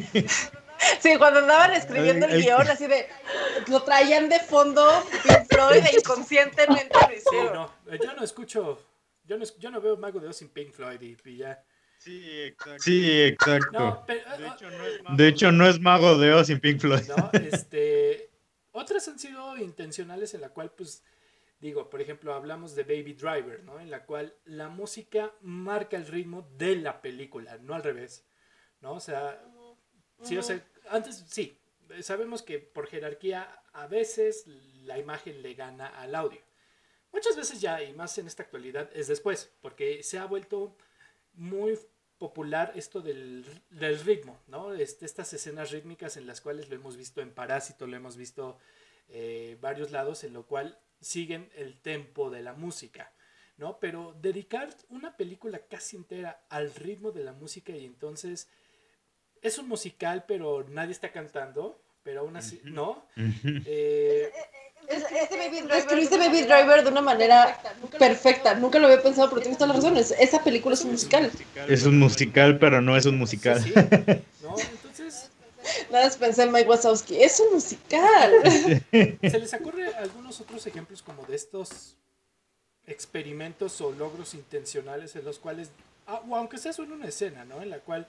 Sí, cuando andaban escribiendo el, El- el- guión, así de... Lo traían de fondo Pink Floyd e inconscientemente lo Sí, hicieron. no, yo no escucho, yo no, yo no veo Mago de Oz sin Pink Floyd y, y ya. Sí, exacto. Sí, exacto. No, pero, De hecho, no es De hecho, no es Mago de Oz sin Pink Floyd. no, este, otras han sido intencionales en la cual, pues, digo, por ejemplo, hablamos de Baby Driver, ¿no? En la cual la música marca el ritmo de la película, no al revés, ¿no? O sea, sí, o sea, antes sí, sabemos que por jerarquía a veces la imagen le gana al audio. Muchas veces ya, y más en esta actualidad, es después, porque se ha vuelto muy popular esto del, del ritmo, ¿no? Este, estas escenas rítmicas en las cuales lo hemos visto en Parásito, lo hemos visto eh, varios lados, en lo cual siguen el tempo de la música, ¿no? Pero dedicar una película casi entera al ritmo de la música y entonces es un musical, pero nadie está cantando, pero aún así, ¿no? Eh, Escribiste Baby Driver, escribiste Baby Driver de una manera perfecta. Nunca lo había pensado, pero tienes todas las razones. Esa película es un musical. Es un musical, pero no es un musical. Sí, sí. ¿No? Entonces, Nada más pensé en Mike Wazowski. Es un musical. ¿se les ocurre algunos otros ejemplos como de estos experimentos o logros intencionales en los cuales, ah, o aunque sea solo una escena, ¿no? En la cual...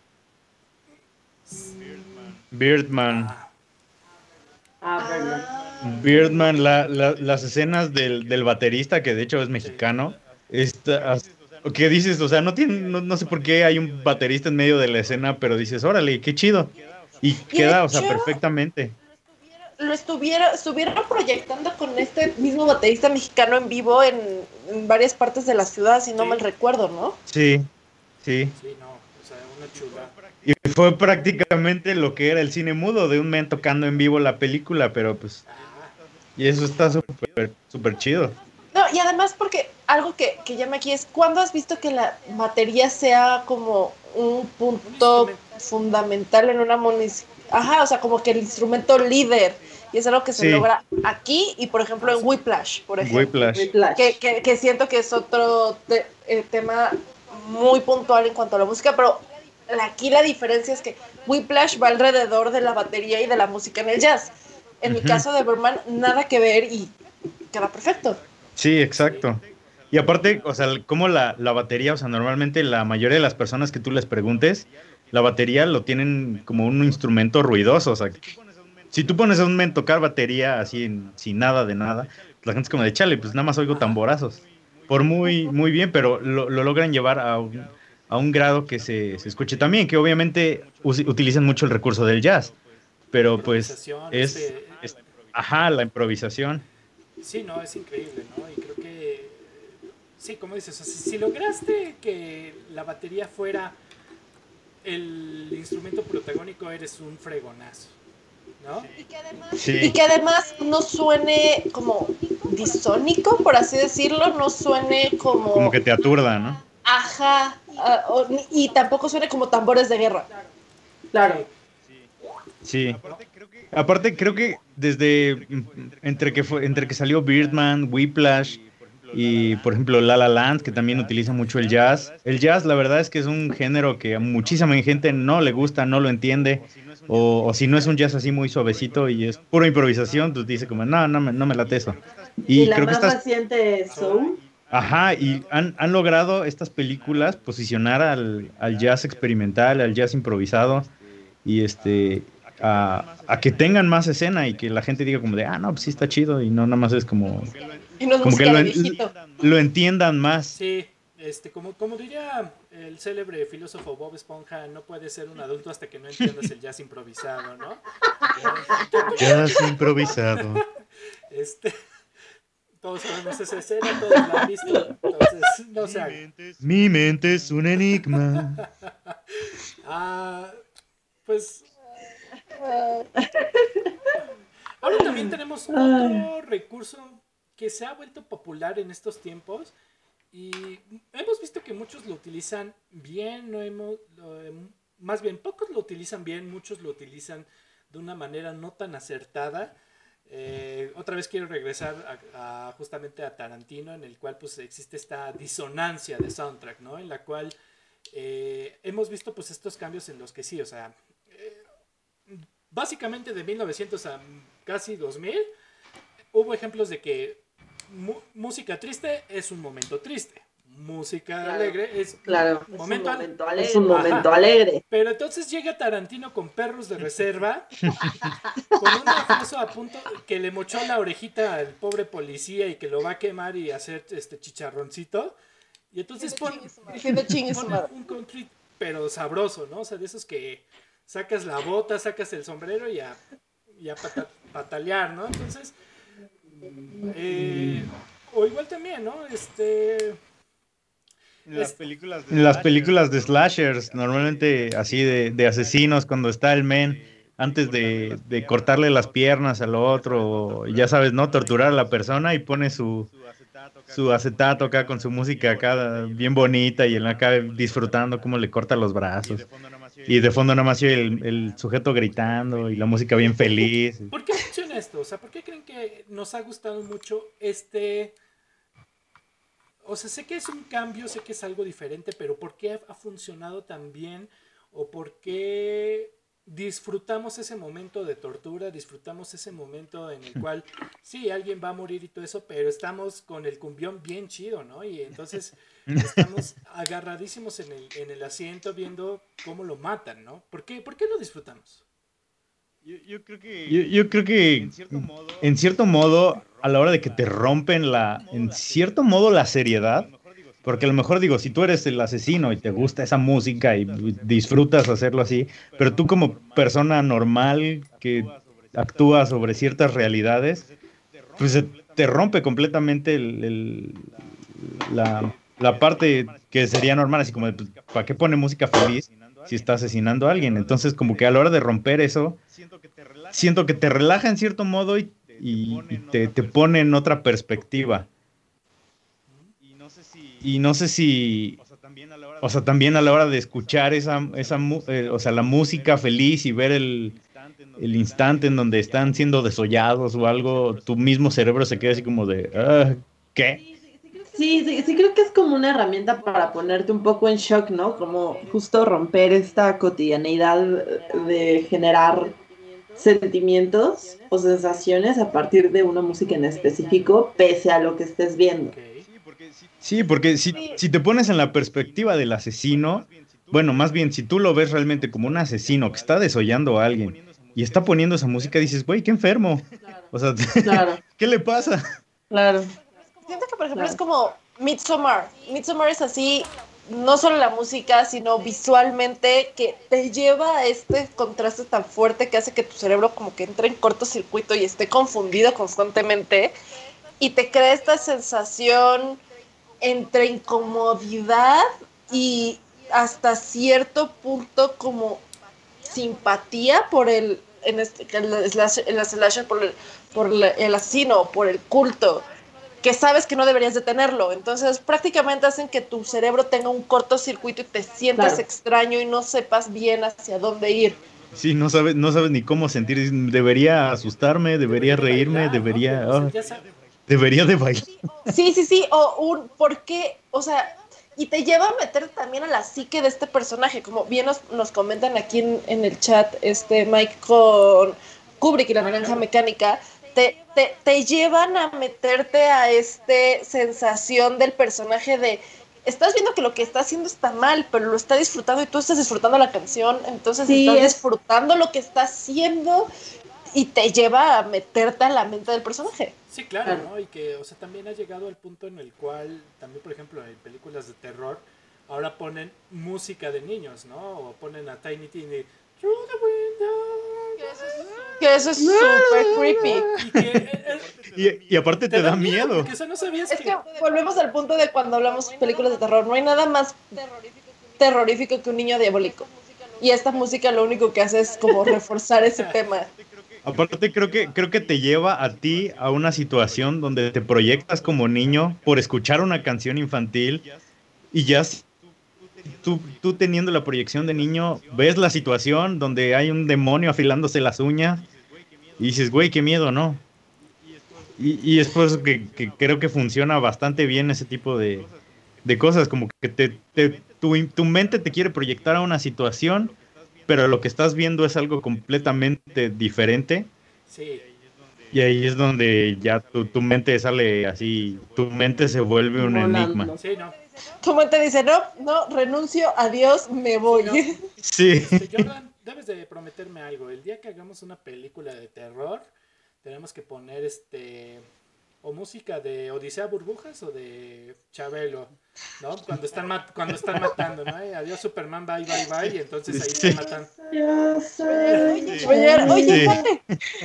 Birdman. Ah, Ah, verdad. Birdman, la, la- las escenas del, del baterista, que de hecho es mexicano, esta- que dices, o sea, no tiene, no, no sé por qué hay un baterista en medio de la escena, pero dices, órale, qué chido. Y, y queda, o sea, hecho, perfectamente. Lo estuviera, estuvieron proyectando con este mismo baterista mexicano en vivo en, en varias partes de la ciudad, si no Sí. mal recuerdo, ¿no? Sí, sí. Sí, no, o sea, una chula. Y fue prácticamente lo que era el cine mudo, de un men tocando en vivo la película, pero pues... Ah, Y eso está súper, súper chido. No, y además porque algo que, que llama aquí es, ¿cuándo has visto que la batería sea como un punto Un instrumento. fundamental en una música? Ajá, o sea, como que el instrumento líder. Y es algo que se Sí. logra aquí y, por ejemplo, en Whiplash, por ejemplo. Whiplash. Whiplash. Que, que, que siento que es otro te- eh, tema muy puntual en cuanto a la música, pero la- aquí la diferencia es que Whiplash va alrededor de la batería y de la música en el jazz. En Ujú. mi caso de Berman, nada que ver y queda perfecto. Sí, exacto. Y aparte, o sea, como la, la batería, o sea, normalmente la mayoría de las personas que tú les preguntes, la batería lo tienen como un instrumento ruidoso, o sea, si tú pones a un men tocar batería así en- sin nada de nada, la gente es como de chale, pues nada más oigo tamborazos. Por muy, muy bien, pero lo, lo logran llevar a un, a un grado que se, se escuche también, que obviamente us- utilizan mucho el recurso del jazz, pero pues improvisación, es, este, es ajá, la improvisación. sí, no, es increíble, ¿no? Y creo que, sí, como dices, o sea, si, si lograste que la batería fuera el instrumento protagónico, eres un fregonazo, ¿no? Y que además, Sí. y que además no suene como disónico, por así decirlo, no suene como... Como que te aturda, ¿no? Ajá, ah, o- y tampoco suene como tambores de guerra. Claro. Sí. Aparte creo que desde mm, entre que fue entre que salió Birdman, Whiplash y por ejemplo La La Land, que también utiliza mucho el jazz. El jazz, la verdad es que es un género que a muchísima gente no le gusta, no lo entiende, o, o si no es un jazz así muy suavecito y es pura improvisación, pues dice como, no, no me, no me late eso. Y, Y la creo que más estas, reciente es Soul. ajá, y han, han logrado estas películas posicionar al, al jazz experimental, al jazz improvisado, y este, a, a que tengan más escena y que la gente diga como de, ah, no, pues sí está chido, y no nada más es como, Y no es como que música lo, de en- viejito. lo entiendan más. Sí, este, como, como diría el célebre filósofo Bob Esponja, no puedes ser un adulto hasta que no entiendas el jazz improvisado, ¿no? Jazz improvisado. Este, todos sabemos esa escena, todos la han visto, entonces no se hagan. Mi mente es un enigma. Ah, pues ahora también tenemos otro recurso que se ha vuelto popular en estos tiempos y hemos visto que muchos lo utilizan bien, no hemos, lo- em, más bien pocos lo utilizan bien, muchos lo utilizan de una manera no tan acertada. Eh, otra vez quiero regresar a, a justamente a Tarantino, en el cual pues existe esta disonancia de soundtrack, ¿no? En la cual eh, hemos visto pues estos cambios en los que sí, o sea, eh, básicamente de mil novecientos a casi dos mil hubo ejemplos de que mu- música triste es un momento triste, música Claro, alegre es Claro, un es un momento, al- momento alegre. Es un momento alegre. pero entonces llega Tarantino con Perros de Reserva, con un mafioso a punto que le mochó la orejita al pobre policía y que lo va a quemar y hacer este chicharroncito. Y entonces pone, Diciendo chingue su pone madre. un country, pero sabroso, ¿no? O sea, de esos que sacas la bota, sacas el sombrero y a, y a pata- patalear, ¿no? Entonces, eh, o igual también, ¿no? Este... En las películas de En las slashers, películas de slashers, normalmente así de, de asesinos, cuando está el men antes de, de cortarle las piernas al otro, ya sabes, ¿no? Torturar a la persona y pone su, su acetato acá con su música acá bien bonita y él acá disfrutando cómo le corta los brazos. Y de fondo nada más oye el, el sujeto gritando y la música bien feliz. ¿Por qué funciona esto? O sea, ¿por qué creen que nos ha gustado mucho este... O sea, sé que es un cambio, sé que es algo diferente, pero ¿por qué ha funcionado tan bien? ¿O por qué disfrutamos ese momento de tortura, disfrutamos ese momento en el cual, sí, alguien va a morir y todo eso, pero estamos con el cumbión bien chido, ¿no? Y entonces estamos agarradísimos en el, en el asiento viendo cómo lo matan, ¿no? ¿Por qué, ¿Por qué lo disfrutamos? Yo, yo creo que, Yo, yo creo que en cierto modo, en cierto modo, a la hora de que te rompen la, en cierto modo la seriedad, Porque a lo mejor digo, si tú eres el asesino y te gusta esa música y disfrutas hacerlo así, pero tú como persona normal que actúa sobre ciertas realidades, pues se te rompe completamente el, el- la, la parte que sería normal, así como, de, pues, ¿para qué pone música feliz si está asesinando a alguien? Entonces, como que a la hora de romper eso, siento que te relaja en cierto modo y, y- y te, te pone en otra perspectiva. Y no sé si, o sea, también a la hora de escuchar esa, esa mu- eh, o sea, la música feliz y ver el, el instante en donde están siendo desollados o algo, tu mismo cerebro se queda así como de, "Ah, ¿qué?". Sí, sí, sí creo que es como una herramienta para ponerte un poco en shock, ¿no? Como justo romper esta cotidianeidad de generar sentimientos o sensaciones a partir de una música en específico, pese a lo que estés viendo. Ok. Sí, porque si, si te pones en la perspectiva del asesino, bueno, más bien, si tú lo ves realmente como un asesino que está desollando a alguien y está poniendo esa música, dices, güey, qué enfermo. O sea, Claro, ¿qué le pasa? claro, Siento que, por ejemplo, es claro. como Midsommar. Midsommar es así, no solo la música, sino visualmente, que te lleva a este contraste tan fuerte que hace que tu cerebro como que entre en cortocircuito y esté confundido constantemente y te crea esta sensación entre incomodidad y hasta cierto punto como simpatía por el, en este, el, slash, el slasher, por, el, por el asesino, por el culto, que sabes que no deberías de tenerlo. Entonces prácticamente hacen que tu cerebro tenga un cortocircuito y te sientas Claro. extraño y no sepas bien hacia dónde ir. Sí, no sabes, no sabes ni cómo sentir. Debería asustarme, debería Debería de reírme, bailar, ¿no? debería, O sea, ah, ya sabes. debería de bailar. Sí, sí, sí, o un por qué, o sea, y te lleva a meter también a la psique de este personaje, como bien nos, nos comentan aquí en, en el chat, este Mike con Kubrick y la Ah, naranja claro. mecánica, te, te, te llevan a meterte a esta sensación del personaje de, estás viendo que lo que está haciendo está mal, pero lo está disfrutando y tú estás disfrutando la canción, entonces Sí, estás es, disfrutando lo que está haciendo y te lleva a meterte a la mente del personaje. Sí, claro, claro. ¿no? Y que, o sea, también ha llegado al punto en el cual, también, por ejemplo, en películas de terror, ahora ponen música de niños, ¿no? O ponen a Tiny Tiny Through the window. Que eso es súper creepy. Y que, eh, eh, Y, y aparte te te da da miedo, miedo. porque, o sea, no sabías Es que... que volvemos al punto de cuando hablamos de películas de terror. No hay nada más terrorífico que un niño diabólico. Y esta música lo único que hace es como reforzar ese tema. Aparte creo que creo que te lleva a ti a una situación donde te proyectas como niño por escuchar una canción infantil y ya s- tú, tú teniendo la proyección de niño ves la situación donde hay un demonio afilándose las uñas y dices, güey, qué miedo, ¿no? Y, y es por eso que, que creo que funciona bastante bien ese tipo de, de cosas, como que te, te- tu, tu mente te quiere proyectar a una situación, pero lo que estás viendo es algo completamente diferente. Sí, Y ahí es donde ya tu, tu mente sale así, tu mente se vuelve un enigma. Volando. sí, no. Tu mente dice, no, no, renuncio, adiós, me Sí, voy. no. Sí, Este, Jordan, debes de prometerme algo. El día que hagamos una película de terror, tenemos que poner este o música de Odisea Burbujas o de Chabelo, ¿no? Cuando están mat- cuando están matando, ¿no? Eh, adiós Superman, bye bye bye, y entonces ahí sí, están matando. Yo soy Oye, oye, sí. cuate.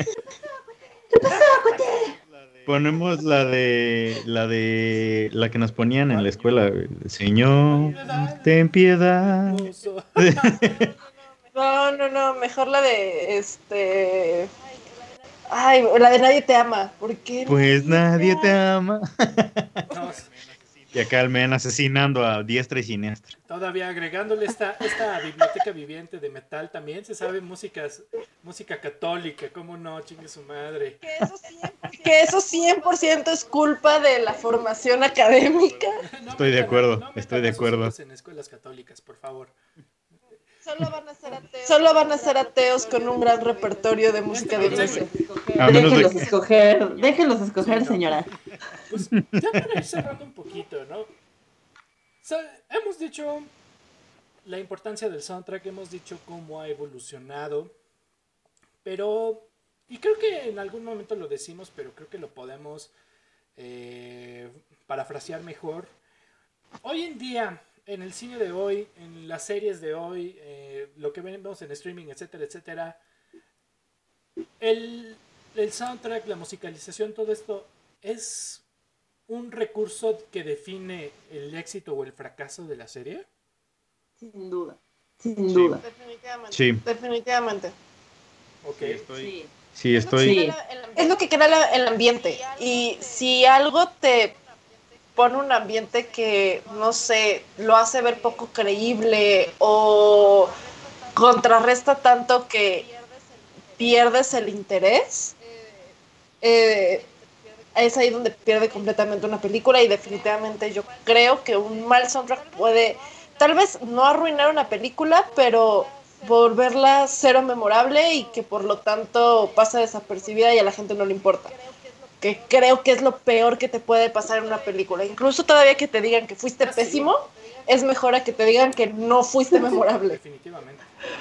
Ponemos la de la de la que nos ponían en la ¿Cuál? escuela. Señor, ten piedad. Mozo. No, no, no, mejor la de este. Ay, la de Nadie te ama. ¿Por qué Pues nadie te nadie te ama? ama. No, Y acá el men asesinando a diestra y siniestra. todavía agregándole esta, esta biblioteca viviente de metal también se sabe músicas, música católica, cómo no, chingue su madre. Que eso cien por ciento es culpa de la formación académica. No Estoy de metan a- acuerdo, no metan estoy de a sus acuerdo. hijos en escuelas católicas, por favor. Solo van a ser ateos. Solo van a ser ateos con un gran repertorio de música de iglesia. A menos de Déjenlos que... escoger, déjenlos escoger, Sí, no. señora. Pues ya para ir cerrando un poquito, ¿no? O sea, hemos dicho la importancia del soundtrack, hemos dicho cómo ha evolucionado, pero, y creo que en algún momento lo decimos, pero creo que lo podemos eh, parafrasear mejor. hoy en día, en el cine de hoy, en las series de hoy, eh, lo que vemos en streaming, etcétera, etcétera, el, el soundtrack, la musicalización, todo esto es un recurso que define el éxito o el fracaso de la serie. Sin duda, sin sí. duda. Definitivamente. Sí. Definitivamente. Ok. Sí, estoy... Sí. Sí, estoy... Sí. Es lo que crea la, el ambiente. Y si algo te pone un ambiente que, no sé, lo hace ver poco creíble o contrarresta tanto que pierdes el interés, eh, es ahí donde pierde completamente una película. Y definitivamente yo creo que un mal soundtrack puede, tal vez no arruinar una película, pero volverla cero memorable y que por lo tanto pasa desapercibida y a la gente no le importa. Que creo que es lo peor que te puede pasar en una película. Incluso todavía que te digan que fuiste pésimo, es mejor a que te digan que no fuiste memorable. Definitivamente.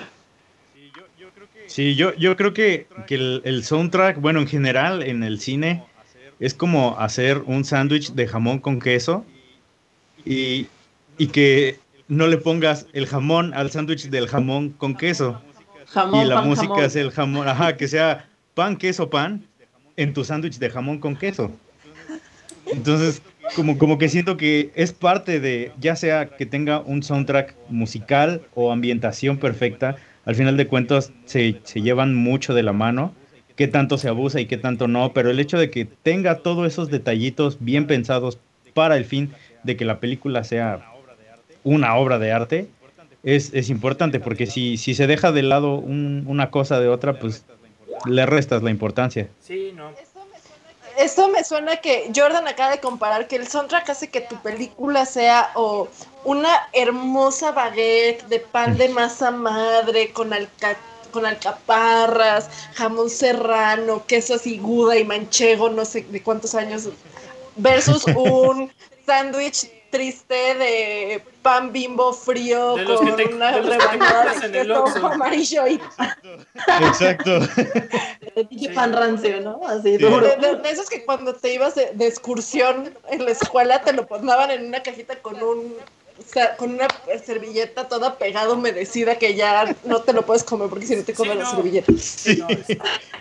Sí, yo, yo creo que, que el, el soundtrack, bueno, en general, en el cine, es como hacer un sándwich de jamón con queso y, y que no le pongas el jamón al sándwich del jamón con queso. Jamón, y la pan, música jamón. es el jamón, ajá, que sea pan, queso, pan en tu sándwich de jamón con queso. Entonces, como, como que siento que es parte de, ya sea que tenga un soundtrack musical o ambientación perfecta, al final de cuentas se, se llevan mucho de la mano, qué tanto se abusa y qué tanto no, pero el hecho de que tenga todos esos detallitos bien pensados para el fin de que la película sea una obra de arte, es, es importante, porque si, si se deja de lado un, una cosa de otra, pues le restas la importancia. Sí, no. Esto me suena que Jordan acaba de comparar que el soundtrack hace que tu película sea o una hermosa baguette de pan de masa madre con alca con alcaparras, jamón serrano, queso así Gouda y manchego, no sé de cuántos años, versus un sándwich triste de pan Bimbo frío de los con que te, una de los rebanada que te de queso amarillo y Exacto. De pinche sí. Pan rancio, ¿no? Así de, duro. de, de, de esos que cuando te ibas de, de excursión en la escuela te lo ponían en una cajita con un o sea, con una servilleta toda pegada, humedecida, que ya no te lo puedes comer porque si no te comes sí, la no. servilleta. Sí. No, es...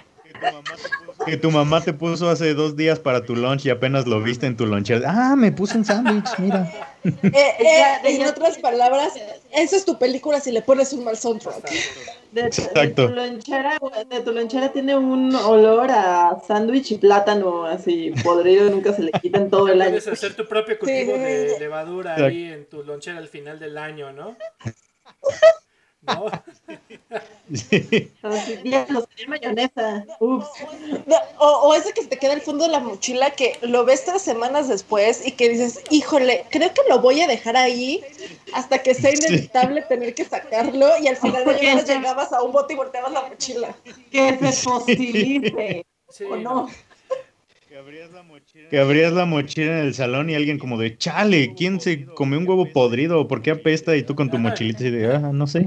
Que tu mamá te puso hace dos días para tu lunch y apenas lo viste en tu lonchera. Ah, me puse un sándwich, mira. Eh, eh, en otras palabras, esa es tu película si le pones un mal soundtrack. De, de, tu lonchera, de tu lonchera tiene un olor a sándwich y plátano así podrido, nunca se le quita en todo el año. Puedes hacer tu propio cultivo sí. de levadura Exacto. ahí en tu lonchera al final del año, ¿no? ¿No? Sí. Los tiene mayonesa. Ups. O, o ese que te queda al fondo de la mochila que lo ves tres semanas después y que dices, híjole, creo que lo voy a dejar ahí hasta que sea inevitable sí. tener que sacarlo y al final de año se... llegabas a un bote y volteabas la mochila. Que se fosilice. Sí. ¿O no? Que abrías, la mochila, que abrías la mochila en el salón y alguien como de, chale, ¿quién se comió un huevo podrido? ¿Por qué apesta? Y tú con tu mochilita y de, ah, no sé.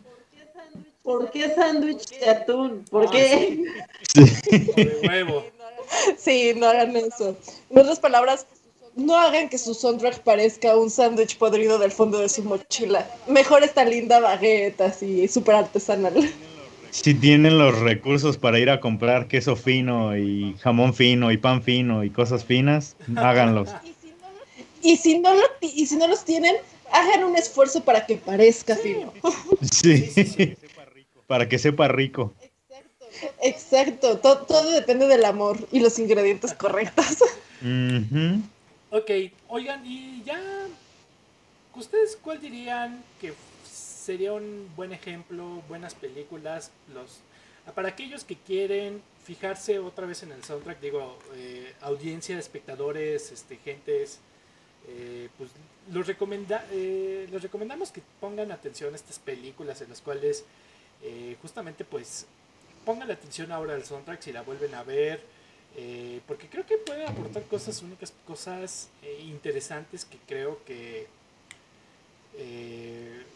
¿Por qué sándwich de atún? ¿Por qué? Sí. De huevo. Sí, no hagan eso. En otras palabras, no hagan que su soundtrack parezca un sándwich podrido del fondo de su mochila. Mejor esta linda baguette así, súper artesanal. Si tienen los recursos para ir a comprar queso fino y jamón fino y pan fino y cosas finas, háganlos. Y si no, lo y si no los tienen, hagan un esfuerzo para que parezca fino. Sí, sí, sí. Para que sepa rico. Exacto, exacto. Todo, todo depende del amor y los ingredientes correctos. Uh-huh. Ok, oigan, y ya, ¿ustedes cuál dirían que sería un buen ejemplo, buenas películas, los para aquellos que quieren fijarse otra vez en el soundtrack, digo, eh, audiencia, espectadores, este, gentes, eh, pues los, recomenda, eh, los recomendamos que pongan atención a estas películas en las cuales eh, justamente pues pongan atención ahora al soundtrack si la vuelven a ver, eh, porque creo que puede aportar cosas únicas, cosas eh, interesantes que creo que eh,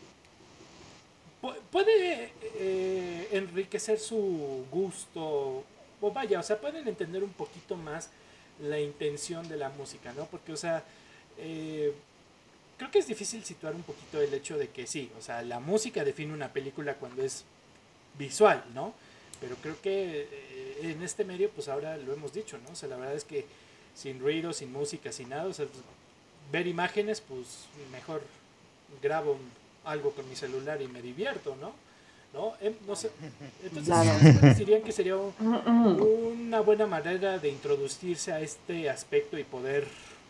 puede eh, enriquecer su gusto, o vaya, o sea, pueden entender un poquito más la intención de la música, ¿no? Porque, o sea, eh, creo que es difícil situar un poquito el hecho de que sí, o sea, la música define una película cuando es visual, ¿no? Pero creo que eh, en este medio, pues ahora lo hemos dicho, ¿no? O sea, la verdad es que sin ruido, sin música, sin nada, o sea, ver imágenes, pues mejor grabo algo con mi celular y me divierto, ¿no? ¿No? Eh, no sé. Entonces, claro. dirían que sería un, una buena manera de introducirse a este aspecto y poder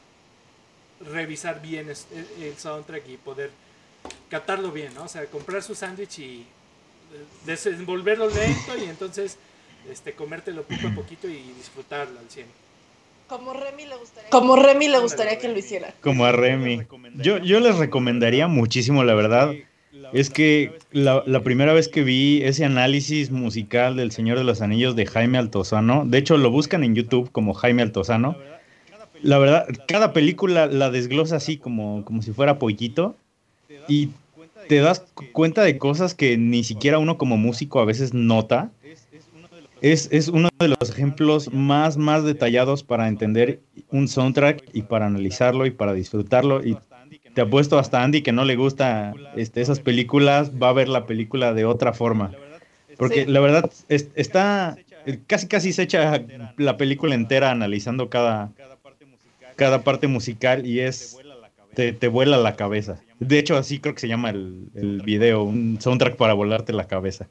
revisar bien es, el soundtrack y poder catarlo bien, ¿no? O sea, comprar su sándwich y desenvolverlo lento y entonces este, comértelo poco a poquito y disfrutarlo al cien. Como Remy le gustaría, Como Remy le gustaría que lo hiciera. Como a Remy. Yo, yo les recomendaría muchísimo, la verdad. Es que la, la primera vez que vi ese análisis musical del Señor de los Anillos de Jaime Altozano, de hecho lo buscan en YouTube como Jaime Altozano, la verdad, cada película la desglosa así como, como si fuera pollito y te das cuenta de cosas que ni siquiera uno como músico a veces nota. Es, es uno de los ejemplos más, más detallados para entender un soundtrack y para analizarlo y para disfrutarlo. Y te apuesto hasta Andy que no le gusta este, esas películas, va a ver la película de otra forma. Porque sí. La verdad es, está casi casi se echa la película entera analizando cada, cada parte musical y es te, te vuela la cabeza. De hecho, así creo que se llama el, el video, un soundtrack para volarte la cabeza.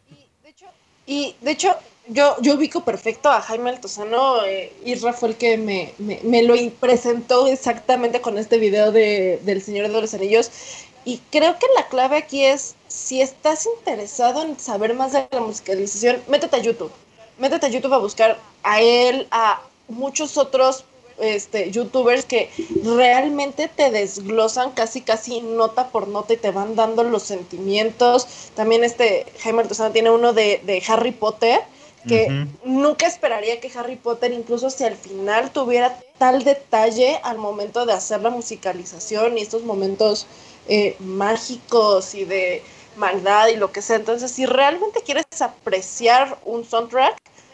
Y de hecho, yo, yo ubico perfecto a Jaime Altozano, eh, Isra fue el que me, me, me lo presentó exactamente con este video de, del Señor de los Anillos, y creo que la clave aquí es, si estás interesado en saber más de la musicalización, métete a YouTube, métete a YouTube a buscar a él, a muchos otros este, youtubers que realmente te desglosan casi casi nota por nota y te van dando los sentimientos. También este Jaime Altozano tiene uno de, de Harry Potter, que uh-huh. nunca esperaría que Harry Potter, incluso si al final tuviera tal detalle al momento de hacer la musicalización y estos momentos eh, mágicos y de maldad y lo que sea. Entonces, si realmente quieres apreciar un soundtrack,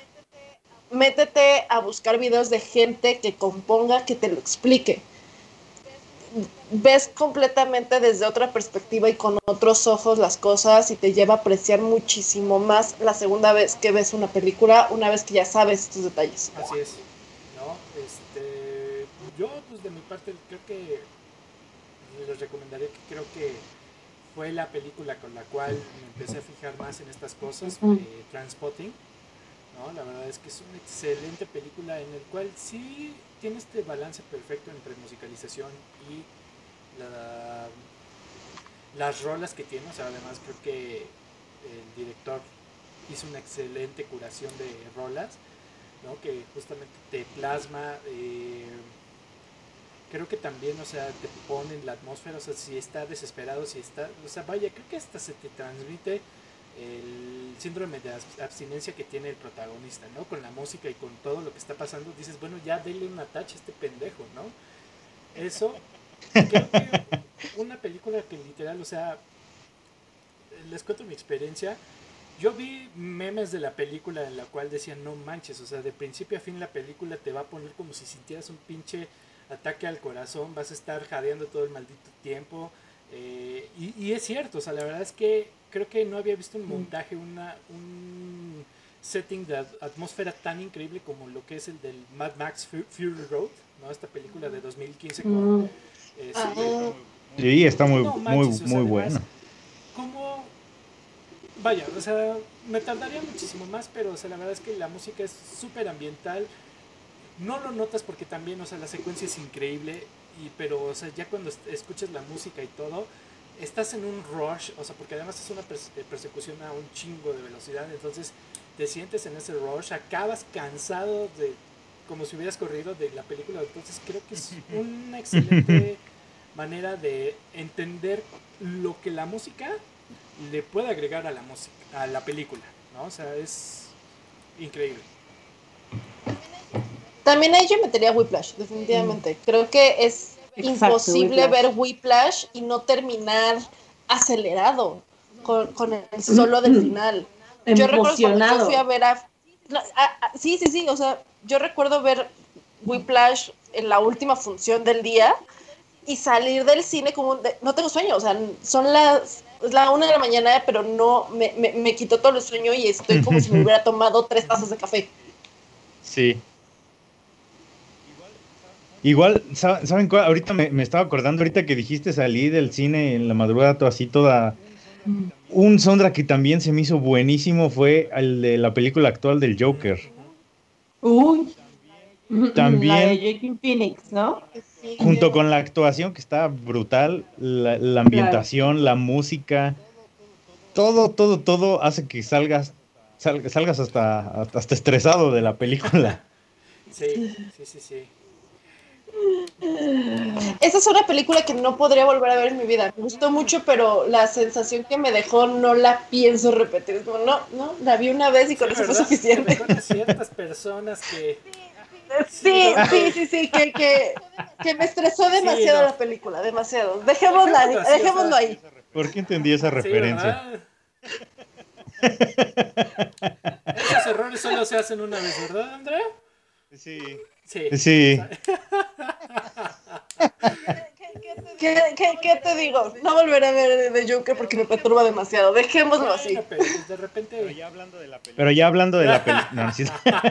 métete a buscar videos de gente que componga, que te lo explique. Ves completamente desde otra perspectiva y con otros ojos las cosas y te lleva a apreciar muchísimo más la segunda vez que ves una película, una vez que ya sabes estos detalles. Así es, ¿no? Este, yo, pues de mi parte, creo que les recomendaría que creo que fue la película con la cual me empecé a fijar más en estas cosas, uh-huh. eh, Trainspotting, ¿no? La verdad es que es una excelente película en el cual sí tiene este balance perfecto entre musicalización y la, las rolas que tiene. O sea, además creo que el director hizo una excelente curación de rolas, ¿no? Que justamente te plasma, eh, creo que también, o sea, te pone en la atmósfera, o sea, si está desesperado, si está, o sea, vaya, creo que hasta se te transmite el síndrome de abstinencia que tiene el protagonista, ¿no? Con la música y con todo lo que está pasando, dices, bueno, ya dele un atache a este pendejo, ¿no? Eso, creo que una película que literal, o sea, les cuento mi experiencia, yo vi memes de la película en la cual decían, no manches, o sea, de principio a fin la película te va a poner como si sintieras un pinche ataque al corazón, vas a estar jadeando todo el maldito tiempo, eh, y, y es cierto, o sea, la verdad es que creo que no había visto un montaje, una, un setting de atmósfera tan increíble como lo que es el del Mad Max Fury Road, ¿no? Esta película de dos mil quince con... Eh, sí, sí, está muy, no, manches, muy, muy buena. Como... Vaya, o sea, me tardaría muchísimo más, pero o sea, la verdad es que la música es súper ambiental. No lo notas porque también, o sea, la secuencia es increíble, y, pero, o sea, ya cuando escuchas la música y todo, estás en un rush, o sea, porque además es una perse- persecución a un chingo de velocidad, entonces te sientes en ese rush, acabas cansado de, como si hubieras corrido de la película, entonces creo que es una excelente manera de entender lo que la música le puede agregar a la música, a la película, ¿no? O sea, es increíble. También ahí yo metería Whiplash, definitivamente. Mm. Creo que es Exacto, imposible Whiplash. ver Whiplash y no terminar acelerado con, con el solo del final. Yo recuerdo cuando yo fui a ver a, a, a... Sí, sí, sí, o sea, yo recuerdo ver Whiplash en la última función del día y salir del cine como de, no tengo sueño, o sea, son las es la una de la mañana, pero no me, me, me quitó todo el sueño y estoy como si me hubiera tomado tres tazas de café. Sí. Igual, ¿saben cuál? Ahorita me, me estaba acordando, ahorita que dijiste salí del cine en la madrugada, todo así, toda... Un soundtrack que también se me hizo buenísimo fue el de la película actual del Joker. Uy. También... La de Joaquin Phoenix, ¿no? Junto con la actuación que está brutal, la, la ambientación, claro. La música, todo, todo, todo hace que salgas, sal, salgas hasta, hasta estresado de la película. Sí, sí, sí, sí. Esa es una película que no podría volver a ver en mi vida. Me gustó mucho, pero la sensación que me dejó no la pienso repetir. No, no, no la vi una vez y con sí, eso ¿verdad? Fue suficiente. Con ciertas personas que... Sí, sí, sí, sí, que, que, que me estresó demasiado sí, no. La película, demasiado. Dejémosla, ahí, dejémoslo ahí. ¿Por qué entendí esa referencia? Sí, esos errores solo se hacen una vez, ¿verdad, Andrea? Sí. Sí. Sí. ¿Qué, qué, ¿Qué te digo? No volveré a ver de Joker porque me perturba demasiado. Dejémoslo así. Bueno, pero de repente... Pero ya hablando de la película. Pero ya hablando de la película. No, sí.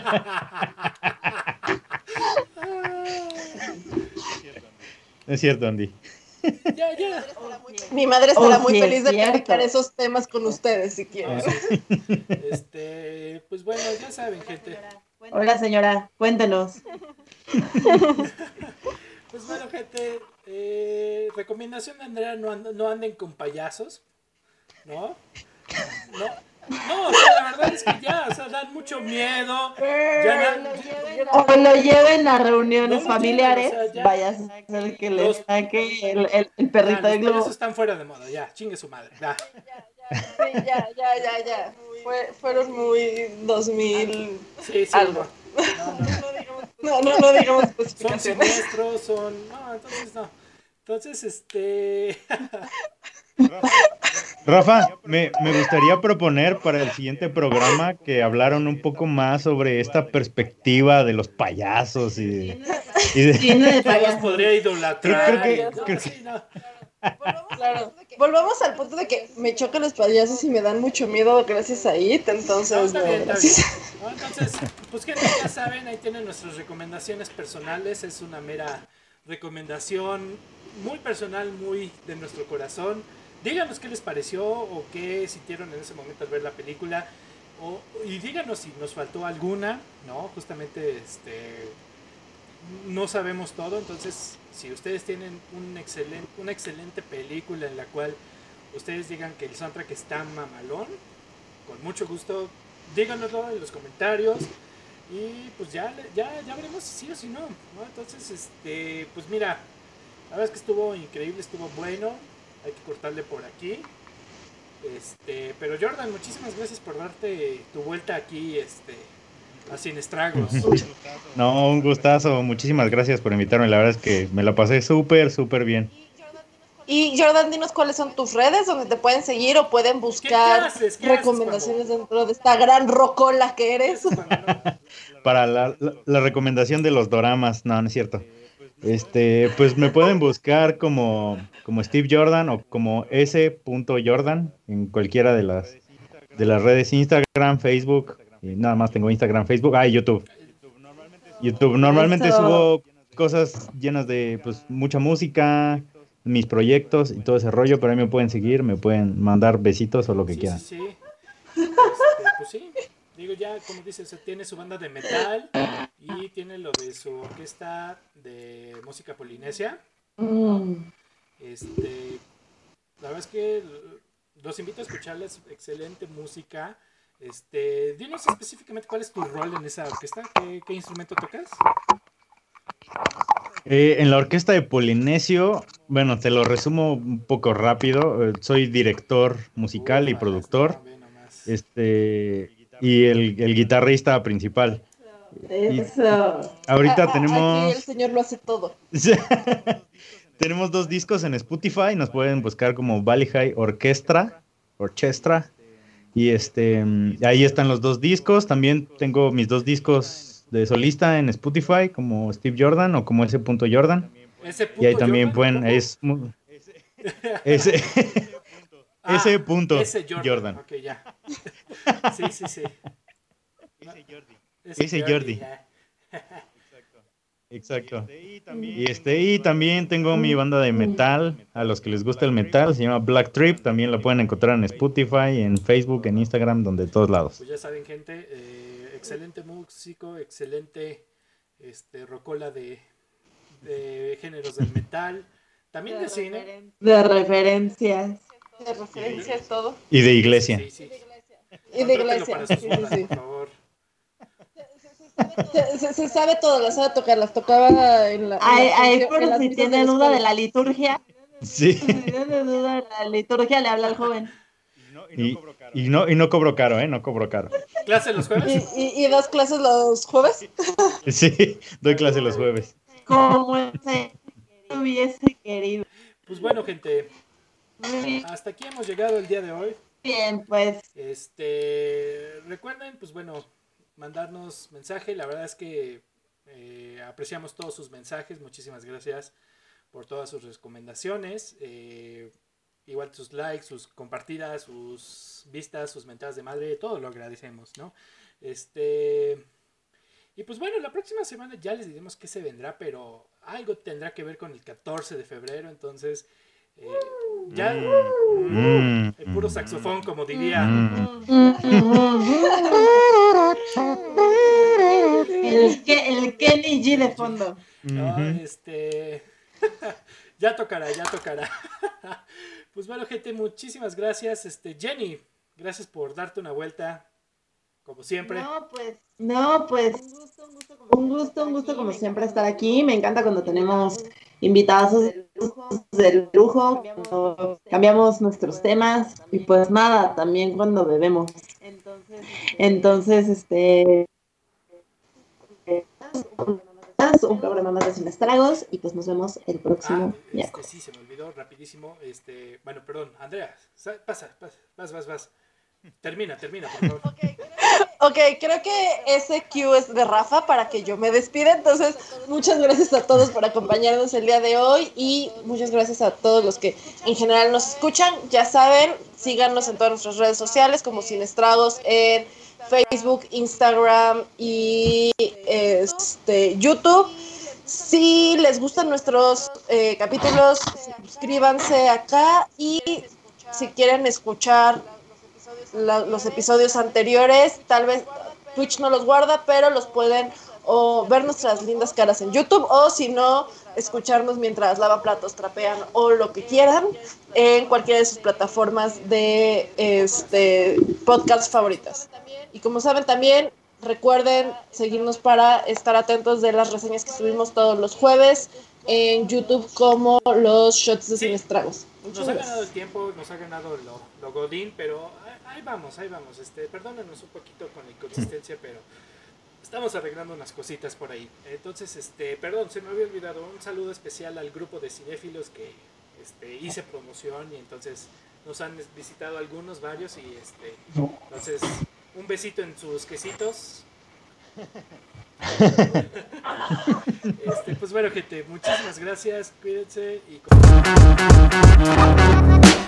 Es cierto, Andy. Ya, ya. Mi madre estará oh, muy sí, feliz de cierto. platicar esos temas con ustedes, si quieren. Este, pues bueno, ya saben, gente. Hola, señora, cuéntenos. Pues bueno, gente, eh, recomendación de Andrea, no, and- no anden con payasos, ¿no? No, no, o sea, la verdad es que ya, o sea, dan mucho miedo. Ya na- O lo lleven a reuniones No lo familiares, lleven, o sea, ya- vaya a ser que les Los- saque el, el, el perrito ya, de los globo. payasos están fuera de moda, ya, chingue su madre, ya. Sí, ya, ya, ya, ya. Fue, fueron muy dos mil Sí, sí, algo. No, no, No, no, no digamos son especificaciones. siniestros, son... No, entonces no. Entonces, este... Rafa, me, me gustaría proponer para el siguiente programa que hablaran un poco más sobre esta perspectiva de los payasos y de... Y de... Cine de Yo los payasos. podría idolatrar. Creo que- No, creo sí, que- no. Claro. Volvamos al punto de que me chocan los payasos y me dan mucho miedo gracias a It, No, entonces está no, bien, está gracias. bien. No, entonces, pues gente, ya saben, ahí tienen nuestras recomendaciones personales. Es una mera recomendación muy personal, muy de nuestro corazón. Díganos qué les pareció o qué sintieron en ese momento al ver la película. O, y díganos si nos faltó alguna, ¿no? Justamente, este... no sabemos todo, entonces si ustedes tienen un excelente, una excelente película en la cual ustedes digan que el soundtrack está mamalón, con mucho gusto díganoslo en los comentarios y pues ya, ya, ya veremos si sí o si no, ¿no? Entonces, este, pues mira, la verdad es que estuvo increíble, estuvo bueno, hay que cortarle por aquí. Este, pero Jordan, muchísimas gracias por darte tu vuelta aquí, este, a Sin Estragos. No, un gustazo. Muchísimas gracias por invitarme. La verdad es que me la pasé súper, súper bien. Y Jordan, dinos cuáles son tus redes donde te pueden seguir o pueden buscar ¿Qué haces? ¿Qué recomendaciones dentro de esta gran rocola que eres. Para la, la, la recomendación de los doramas. No, no es cierto. Este, pues me pueden buscar como, como Steve Jordan o como S. Jordan en cualquiera de las, de las redes Instagram, Facebook. Y nada más tengo Instagram, Facebook, ah, y YouTube. YouTube. Normalmente Eso. subo cosas llenas de pues mucha música, mis proyectos y todo ese rollo, pero ahí me pueden seguir, me pueden mandar besitos o lo que Sí, quieran. sí, sí. Este, pues sí, digo ya, como dices, tiene su banda de metal y tiene lo de su orquesta de música polinesia. Mm. Este, la verdad es que los invito a escucharles, excelente música. Este, dinos específicamente cuál es tu rol en esa orquesta, qué, qué instrumento tocas. Eh, en la orquesta de Polinesio, bueno, te lo resumo un poco rápido. Eh, soy director musical y Uf, productor, no, ve nomás. este, y el, el guitarrista principal. Eso. Ahorita Ah, ah, tenemos... Aquí el señor lo hace todo. Tenemos dos discos en Spotify, nos pueden buscar como Valley High Orchestra, Orchestra, y este, ahí están los dos discos. También tengo mis dos discos de solista en Spotify, como Steve Jordan o como S. Jordan. Ese Y ahí puto también Jordan, pueden, ¿cómo? es mu- ese, Ah, ese punto ese Jordan. Jordan. Ok, ya. Sí, sí, sí. Ese Jordi. Ese Jordi. ya. Exacto. Y también, Y este, y también tengo mi banda de metal, a los que les gusta el metal, se llama Black Trip, también lo pueden encontrar en Spotify, en Facebook, en Instagram, donde todos lados. Pues ya saben, gente, eh, excelente músico, excelente este, rocola de, de géneros del metal, también de cine. De referencias. De referencias todo. Y de iglesia. Sí, sí. Y de Contrátenlo iglesia. para Sí, sus sí, bodas, sí. por favor. Se, se- se sabe todo, las sabe tocar, las tocaba en la. en Ahí, las ahí cancio- por en las si misas tiene la duda de escuela. la liturgia. Sí. Si tiene duda de la liturgia, le habla al joven. Y no, y no Y, cobro caro. y no, y no cobro caro, ¿eh? No cobro caro. ¿Clase los Y, jueves? y, y das clases los jueves. Sí, doy clase los jueves. Como ese hubiese querido. Pues bueno, gente, Muy hasta aquí hemos llegado el día de hoy. bien, pues. Este, recuerden, pues bueno, mandarnos mensaje. La verdad es que eh, apreciamos todos sus mensajes. Muchísimas gracias por todas sus recomendaciones. Eh, igual sus likes, sus compartidas, sus vistas, sus mentadas de madre, todo lo agradecemos, ¿no? Este, y pues bueno, la próxima semana ya les diremos qué se vendrá, pero algo tendrá que ver con el catorce de febrero, entonces eh, ya Mm, el puro saxofón, como diría. mm. El, que, el Kenny G de fondo. No, Ujú. este ya tocará, ya tocará. Pues bueno, gente, muchísimas gracias. Este, Jenny, gracias por darte una vuelta, como siempre. No, pues. No, pues. Un gusto, un gusto como siempre estar aquí. Me encanta cuando tenemos invitados del lujo, cuando cambiamos nuestros temas y pues nada, también cuando bebemos. Entonces, este. Un programa más de Sin Estragos y pues nos vemos el Ah, próximo este, miércoles. sí, se me olvidó rapidísimo. Este, bueno, perdón, Andrea, sa- pasa, pasa, vas, vas, vas. Termina, termina, por favor. Ok, creo que ese cue es de Rafa para que yo me despida. Entonces, muchas gracias a todos por acompañarnos el día de hoy y muchas gracias a todos los que en general nos escuchan. Ya saben, síganos en todas nuestras redes sociales como Sin Estragos en Facebook, Instagram y este YouTube. Si les gustan nuestros eh, capítulos, suscríbanse acá y si quieren escuchar la, los episodios anteriores, tal vez Twitch no los guarda, pero los pueden o ver nuestras lindas caras en YouTube o si no, escucharnos mientras lavaplatos, trapean o lo que quieran en cualquiera de sus plataformas de este podcast favoritas. Y como saben también, recuerden seguirnos para estar atentos de las reseñas que subimos todos los jueves en YouTube como los shots de Sí. Sin Estragos. Nos Muchas ha gracias. ganado el tiempo, nos ha ganado lo, lo godín, pero ahí vamos, ahí vamos. Este, perdónanos un poquito con la inconsistencia, pero estamos arreglando unas cositas por ahí. Entonces, este, perdón, se me había olvidado un saludo especial al grupo de cinéfilos que este, hice promoción y entonces nos han visitado algunos, varios y este, entonces un besito en sus quesitos. Este, pues bueno, gente, muchísimas gracias, cuídense y